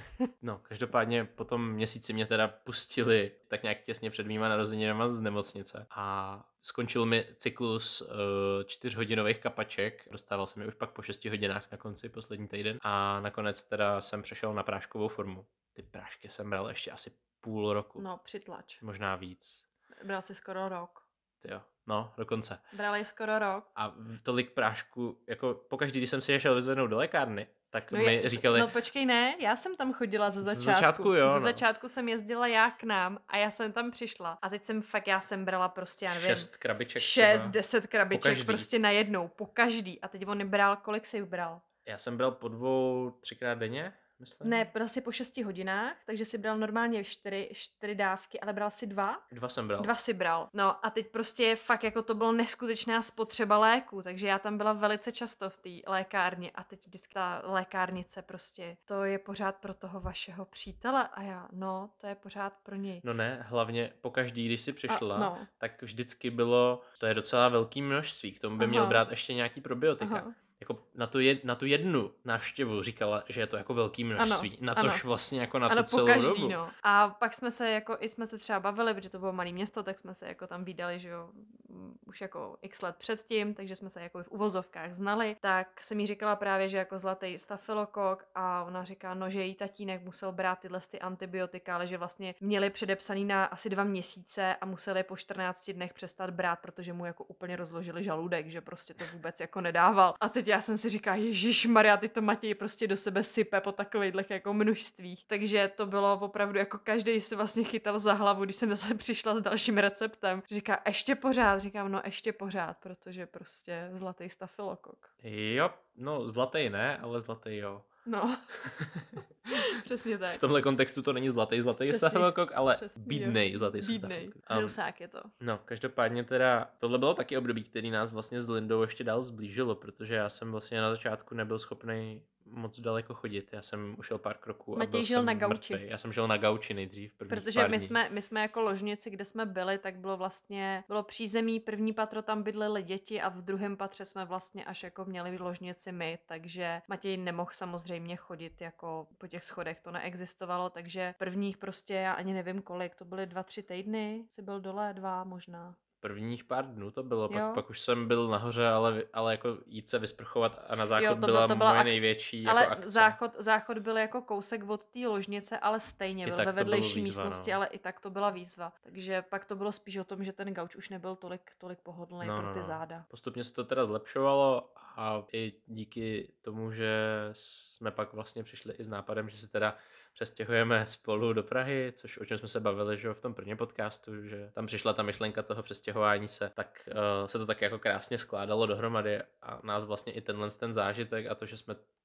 No, každopádně po tom měsíci mě teda pustili tak nějak těsně před mýma narozeninama z nemocnice a skončil mi cyklus uh, čtyřhodinových kapaček. Dostával jsem je už pak po šesti hodinách na konci poslední týden a nakonec teda jsem přešel na práškovou formu. Ty prášky jsem bral ještě asi půl roku, No, přitlač. možná víc. Bral si skoro rok. Tyjo, no, dokonce. Brali skoro rok. A v tolik prášku, jako pokaždý, když jsem si je šel vyzvednout do lékárny, tak No mi je, říkali, No počkej, ne, já jsem tam chodila ze Ze začátku. začátku, jo, Ze no. začátku jsem jezdila já k nám a já jsem tam přišla. A teď jsem fakt, já jsem brala prostě, já nevím, šest krabiček šest, třeba. deset krabiček každý. prostě najednou, po každý. A teď on bral, kolik jsi bral? Já jsem bral po dvou, třikrát denně, myslím. Ne, bral si po šesti hodinách, takže si bral normálně čtyři, čtyři dávky, ale bral si dva? Dva jsem bral. Dva si bral. No a teď prostě fakt jako to bylo neskutečná spotřeba léku, takže já tam byla velice často v té lékárně a teď vždycky ta lékárnice prostě, to je pořád pro toho vašeho přítele a já, no, to je pořád pro něj. No ne, hlavně pokaždý, když jsi přišla, A, no. tak vždycky bylo, to je docela velký množství, k tomu by Aha. měl brát ještě nějaký probiotika. Aha. Jako na tu, jed, na tu jednu návštěvu říkala, že je to jako velký množství. Ano, na ano. tož vlastně jako na Ano, tu celou po každý, dobu. no. A pak jsme se jako, i jsme se třeba bavili, protože to bylo malé město, tak jsme se jako tam vídali, že jo, m, už jako x let předtím, takže jsme se jako v uvozovkách znali, tak jsem jí říkala právě, že jako zlatý stafylokok a ona říká, no, že její tatínek musel brát tyhle ty antibiotika, ale že vlastně měli předepsaný na asi dva měsíce a museli po čtrnácti dnech přestat brát, protože mu jako úplně rozložili žaludek, že prostě to vůbec jako nedával. A teď já jsem si říkala, ježišmarja, ty to Matěj prostě do sebe sype po takovejhlech jako množstvích. Takže to bylo opravdu jako každý si vlastně chytal za hlavu, když jsem zase přišla s dalším receptem. Říká, ještě pořád, říkám, no ještě pořád, protože prostě zlatý stafylokok. Jo, no zlatý ne, ale zlatý jo. No, přesně tak. V tomhle kontextu to není zlatý zlatý Přesně, stafylokok, ale přesně, bídnej jo. zlatý Bídnej, stafylokok. Um, hrusák je to. No, každopádně teda, tohle bylo taky období, který nás vlastně s Lindou ještě dál zblížilo, protože já jsem vlastně na začátku nebyl schopný moc daleko chodit. Já jsem ušel pár kroků a Matěj byl žil jsem na gauči. mrtvej. Já jsem žil na gauči nejdřív, prvních Protože pár my dní. jsme, my jsme jako ložnici, kde jsme byli, tak bylo vlastně, bylo přízemí, první patro tam bydlely děti a v druhém patře jsme vlastně až jako měli ložnici my, takže Matěj nemohl samozřejmě chodit jako po těch schodech, to neexistovalo, takže prvních prostě, já ani nevím kolik, to byly dva, tři týdny, jsi byl dole, dva možná. Prvních pár dnů to bylo, Jo. pak, pak už jsem byl nahoře, ale, ale jako jít se vysprchovat a na záchod Jo, to byla, byl- to byla moje akce. největší Ale jako akce. záchod, záchod byl jako kousek od té ložnice, ale stejně I byl tak ve to bylo vedlejší výzva, místnosti, no. ale i tak to byla výzva. Takže pak to bylo spíš o tom, že ten gauč už nebyl tolik, tolik pohodlný No, pro no, ty no. záda. Postupně se to teda zlepšovalo a i díky tomu, že jsme pak vlastně přišli i s nápadem, že se teda přestěhujeme spolu do Prahy, což o čem jsme se bavili, že jo, v tom prvním podcastu, že tam přišla ta myšlenka toho přestěhování se, tak uh, se to tak jako krásně skládalo dohromady a nás vlastně i tenhle ten zážitek a to, že jsme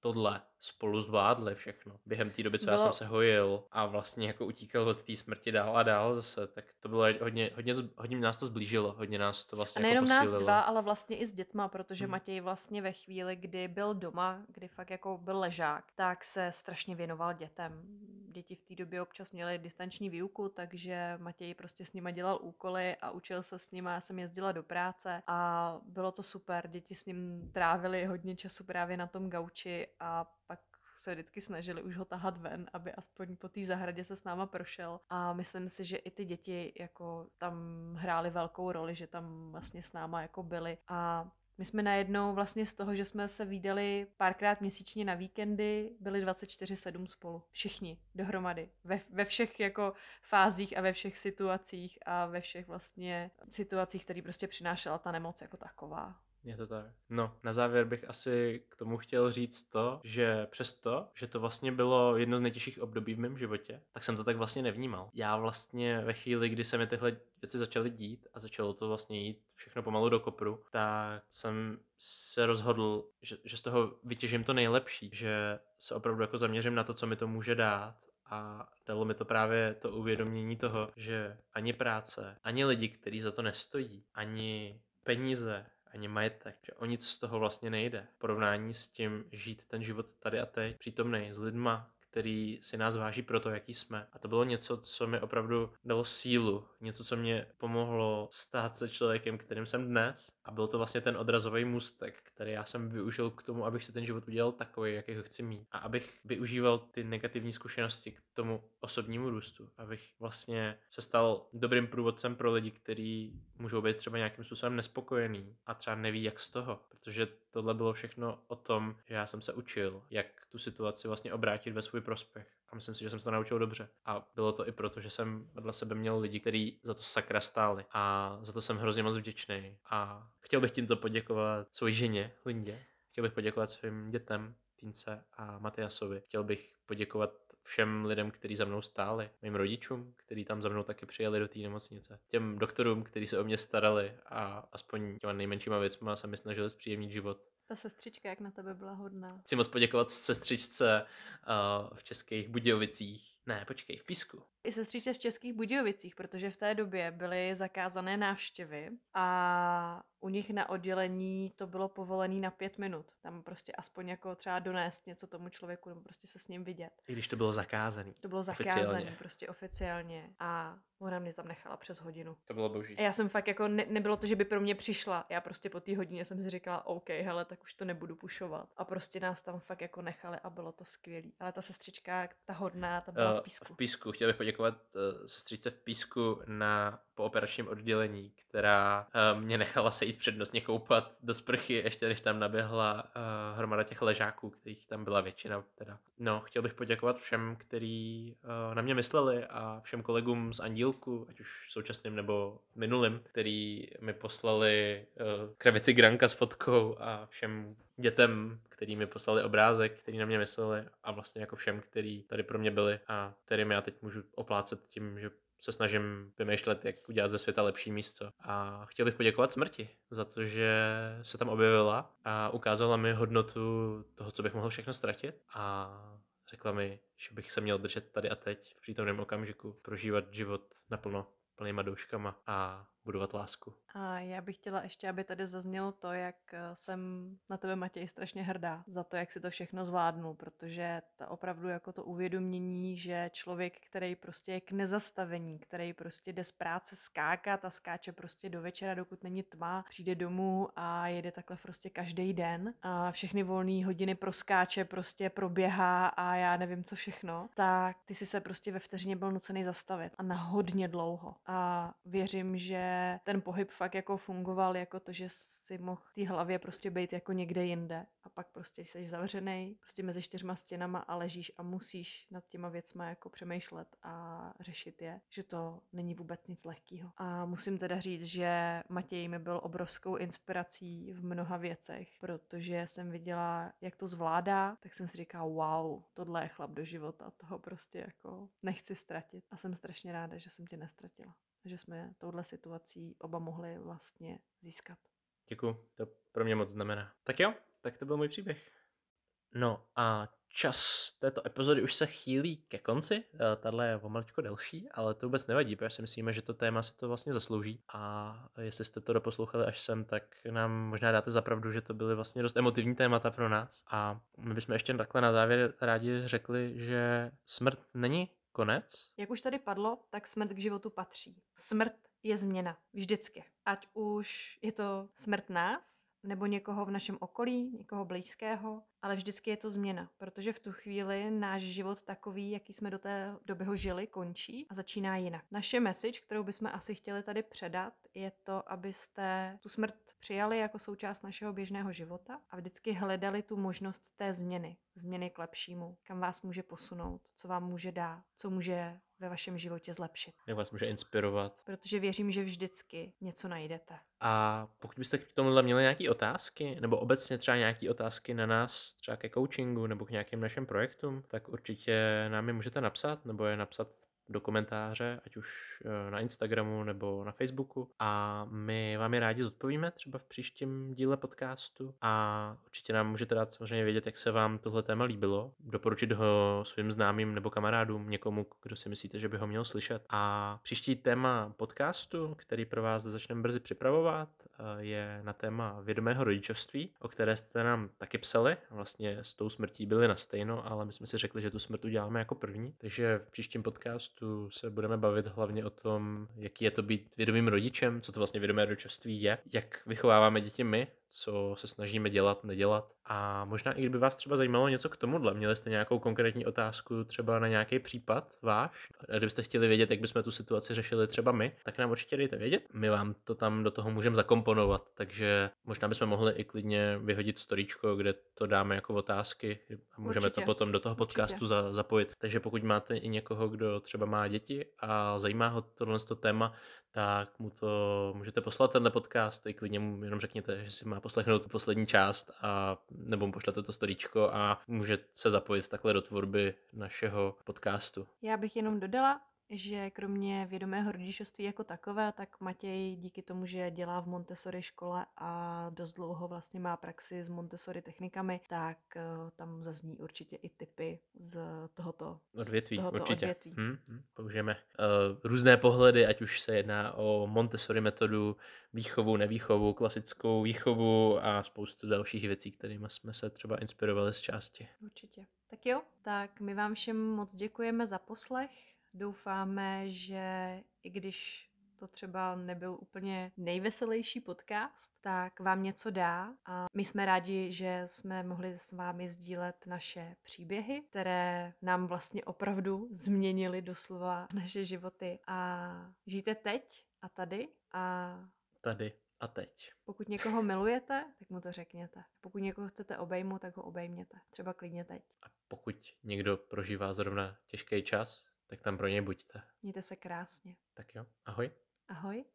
tohle spolu zvládli všechno. Během té doby, co já jsem Bylo, se hojil a vlastně jako utíkal od té smrti dál a dál zase, tak to bylo hodně, hodně, hodně nás to zblížilo, hodně nás to a vlastně jako nejenom nás dva, posílilo. ale vlastně i s dětma, protože Hmm. Matěj vlastně ve chvíli, kdy byl doma, kdy fakt jako byl ležák, tak se strašně věnoval dětem. Děti v té době občas měly distanční výuku, takže Matěj prostě s nima dělal úkoly a učil se s nima. Já jsem jezdila do práce a bylo to super. Děti s ním trávili hodně času právě na tom gauči a pak se vždycky snažili už ho tahat ven, aby aspoň po té zahradě se s náma prošel. A myslím si, že i ty děti jako tam hrály velkou roli, že tam vlastně s náma jako byly. A my jsme najednou vlastně z toho, že jsme se vídali párkrát měsíčně na víkendy, byli dvacet čtyři sedm spolu. Všichni dohromady. Ve, ve všech jako fázích a ve všech situacích a ve všech vlastně situacích, které prostě přinášela ta nemoc jako taková. Je to tak. No, na závěr bych asi k tomu chtěl říct to, že přesto, že to vlastně bylo jedno z nejtěžších období v mém životě, tak jsem to tak vlastně nevnímal. Já vlastně ve chvíli, kdy se mi tyhle věci začaly dít a začalo to vlastně jít všechno pomalu do kopru, tak jsem se rozhodl, že, že z toho vytěžím to nejlepší, že se opravdu jako zaměřím na to, co mi to může dát. A dalo mi to právě to uvědomění toho, že ani práce, ani lidi, kteří za to nestojí, ani peníze, ani majetek, že o nic z toho vlastně nejde. V porovnání s tím žít ten život tady a teď, přítomnej s lidma, který si nás váží pro to, jaký jsme. A to bylo něco, co mi opravdu dalo sílu, něco, co mě pomohlo stát se člověkem, kterým jsem dnes. A byl to vlastně ten odrazový můstek, který já jsem využil k tomu, abych si ten život udělal takový, jaký ho chci mít. A abych využíval ty negativní zkušenosti k tomu osobnímu růstu. Abych vlastně se stal dobrým průvodcem pro lidi, kteří můžou být třeba nějakým způsobem nespokojení a třeba neví, jak z toho. Protože tohle bylo všechno o tom, že já jsem se učil, jak tu situaci vlastně obrátit ve svůj prospěch. A myslím si, že jsem se to naučil dobře. A bylo to i proto, že jsem vedle sebe měl lidi, kteří za to sakra stáli. A za to jsem hrozně moc vděčný. A chtěl bych tímto poděkovat svojí ženě, Lindě. Chtěl bych poděkovat svým dětem, Týnce a Matyásovi. Chtěl bych poděkovat všem lidem, kteří za mnou stáli, mým rodičům, kteří tam za mnou taky přijeli do té nemocnice, těm doktorům, kteří se o mě starali a aspoň těma nejmenšíma věcma se mi snažili zpříjemnit život. Ta sestřička, jak na tebe byla hodná. Chci moc poděkovat sestřičce uh, v Českých Budějovicích. Ne, počkej, v Písku. I sestřičce v Českých Budějovicích, protože v té době byly zakázané návštěvy a u nich na oddělení to bylo povolené na pět minut. Tam prostě aspoň jako třeba donést něco tomu člověku nebo prostě se s ním vidět. I když to bylo zakázané. To bylo zakázané, prostě oficiálně. A ona mě tam nechala přes hodinu. To bylo boží. A já jsem fakt jako, ne, nebylo to, že by pro mě přišla. Já prostě po té hodině jsem si říkala, OK, hele, tak už to nebudu pušovat. A prostě nás tam fakt jako nechali a bylo to skvělý. Ale ta sestřička, ta hodná, ta byla Uh, v Písku. V Písku. Chtěl bych poděkovat uh, sestřičce v Písku na pooperačním oddělení, která uh, mě nechala se jít přednostně koupat do sprchy, ještě než tam naběhla uh, hromada těch ležáků, kterých tam byla většina. Teda. No, chtěl bych poděkovat všem, kteří uh, na mě mysleli a všem kolegům z Andílku, ať už současným nebo minulým, který mi poslali uh, krabici granka s fotkou a všem dětem, který mi poslali obrázek, který na mě mysleli a vlastně jako všem, který tady pro mě byli a kterým já teď můžu oplácet tím, že se snažím vymýšlet, jak udělat ze světa lepší místo. A chtěl bych poděkovat smrti za to, že se tam objevila a ukázala mi hodnotu toho, co bych mohl všechno ztratit a řekla mi, že bych se měl držet tady a teď v přítomném okamžiku, prožívat život naplno plnýma douškama a budovat lásku. A já bych chtěla ještě, aby tady zaznělo to, jak jsem na tebe, Matěj, strašně hrdá za to, jak si to všechno zvládnul, protože ta opravdu jako to uvědomění, že člověk, který prostě je k nezastavení, který prostě jde z práce skákat a skáče prostě do večera, dokud není tma, přijde domů a jede takhle prostě každý den a všechny volné hodiny proskáče, prostě proběhá a já nevím co všechno, tak ty si se prostě ve vteřině byl nucený zastavit a na hodně dlouho. A věřím, že ten pohyb fakt jako fungoval jako to, že si mohl v té hlavě prostě být jako někde jinde a pak prostě jsi zavřenej prostě mezi čtyřma stěnama a ležíš a musíš nad těma věcma jako přemýšlet a řešit je, že to není vůbec nic lehkého. A musím teda říct, že Matěj mi byl obrovskou inspirací v mnoha věcech, protože jsem viděla, jak to zvládá, tak jsem si říkala, wow, tohle je chlap do života, toho prostě jako nechci ztratit a jsem strašně ráda, že jsem tě nestratila. Že jsme touhle situací oba mohli vlastně získat. Děkuju, to pro mě moc znamená. Tak jo, tak to byl můj příběh. No a čas této epizody už se chýlí ke konci, eh, tahle je o maličko delší, ale to vůbec nevadí, protože si myslíme, že to téma si to vlastně zaslouží a jestli jste to doposlouchali až sem, tak nám možná dáte za pravdu, že to byly vlastně dost emotivní témata pro nás a my bychom ještě takhle na závěr rádi řekli, že smrt není konec. Jak už tady padlo, tak smrt k životu patří. Smrt je změna. Vždycky. Ať už je to smrt nás, nebo někoho v našem okolí, někoho blízkého, ale vždycky je to změna, protože v tu chvíli náš život takový, jaký jsme do té doby ho žili, končí a začíná jinak. Naše message, kterou bychom asi chtěli tady předat, je to, abyste tu smrt přijali jako součást našeho běžného života a vždycky hledali tu možnost té změny, změny k lepšímu, kam vás může posunout, co vám může dát, co může ve vašem životě zlepšit. Jak vás může inspirovat. Protože věřím, že vždycky něco najdete. A pokud byste k tomuhle měli nějaké otázky, nebo obecně třeba nějaké otázky na nás, třeba ke coachingu nebo k nějakým našim projektům, tak určitě nám je můžete napsat, nebo je napsat do komentáře, ať už na Instagramu nebo na Facebooku a my vám je rádi zodpovíme třeba v příštím díle podcastu a určitě nám můžete dát samozřejmě vědět, jak se vám tohle téma líbilo, doporučit ho svým známým nebo kamarádům, někomu, kdo si myslíte, že by ho měl slyšet. A příští téma podcastu, který pro vás začneme brzy připravovat, je na téma vědomého rodičovství, o které jste nám taky psali. Vlastně s tou smrtí byli na stejno, ale my jsme si řekli, že tu smrt uděláme jako první. Takže v příštím podcastu se budeme bavit hlavně o tom, jaký je to být vědomým rodičem, co to vlastně vědomé rodičovství je, jak vychováváme děti my, co se snažíme dělat, nedělat. A možná i kdyby vás třeba zajímalo něco k tomuhle, měli jste nějakou konkrétní otázku třeba na nějaký případ váš, a kdybyste chtěli vědět, jak bychom tu situaci řešili třeba my, tak nám určitě dejte vědět. My vám to tam do toho můžeme zakomponovat, takže možná bychom mohli i klidně vyhodit storíčko, kde to dáme jako otázky a můžeme Určitě. to potom do toho podcastu za, zapojit. Takže pokud máte i někoho, kdo třeba má děti a zajímá ho tohle téma, tak mu to můžete poslat tenhle podcast, i klidně mu jenom řekněte, že si má poslechnout tu poslední část a nebo mu pošlete to storíčko a může se zapojit takhle do tvorby našeho podcastu. Já bych jenom dodala, že kromě vědomého rodičovství jako takové, tak Matěj díky tomu, že dělá v Montessori škole a dost dlouho vlastně má praxi s Montessori technikami, tak uh, tam zazní určitě i tipy z tohoto odvětví. Z tohoto určitě. odvětví. Hmm, hmm, použijeme uh, různé pohledy, ať už se jedná o Montessori metodu, výchovu, nevýchovu, klasickou výchovu a spoustu dalších věcí, kterými jsme se třeba inspirovali z části. Určitě. Tak jo, tak my vám všem moc děkujeme za poslech. Doufáme, že i když to třeba nebyl úplně nejveselější podcast, tak vám něco dá a my jsme rádi, že jsme mohli s vámi sdílet naše příběhy, které nám vlastně opravdu změnily doslova naše životy a žijte teď a tady a Tady a teď. pokud někoho milujete, tak mu to řekněte. Pokud někoho chcete obejmout, tak ho obejměte. Třeba klidně teď. A pokud někdo prožívá zrovna těžký čas, tak tam pro něj buďte. Mějte se krásně. Tak jo, ahoj. Ahoj.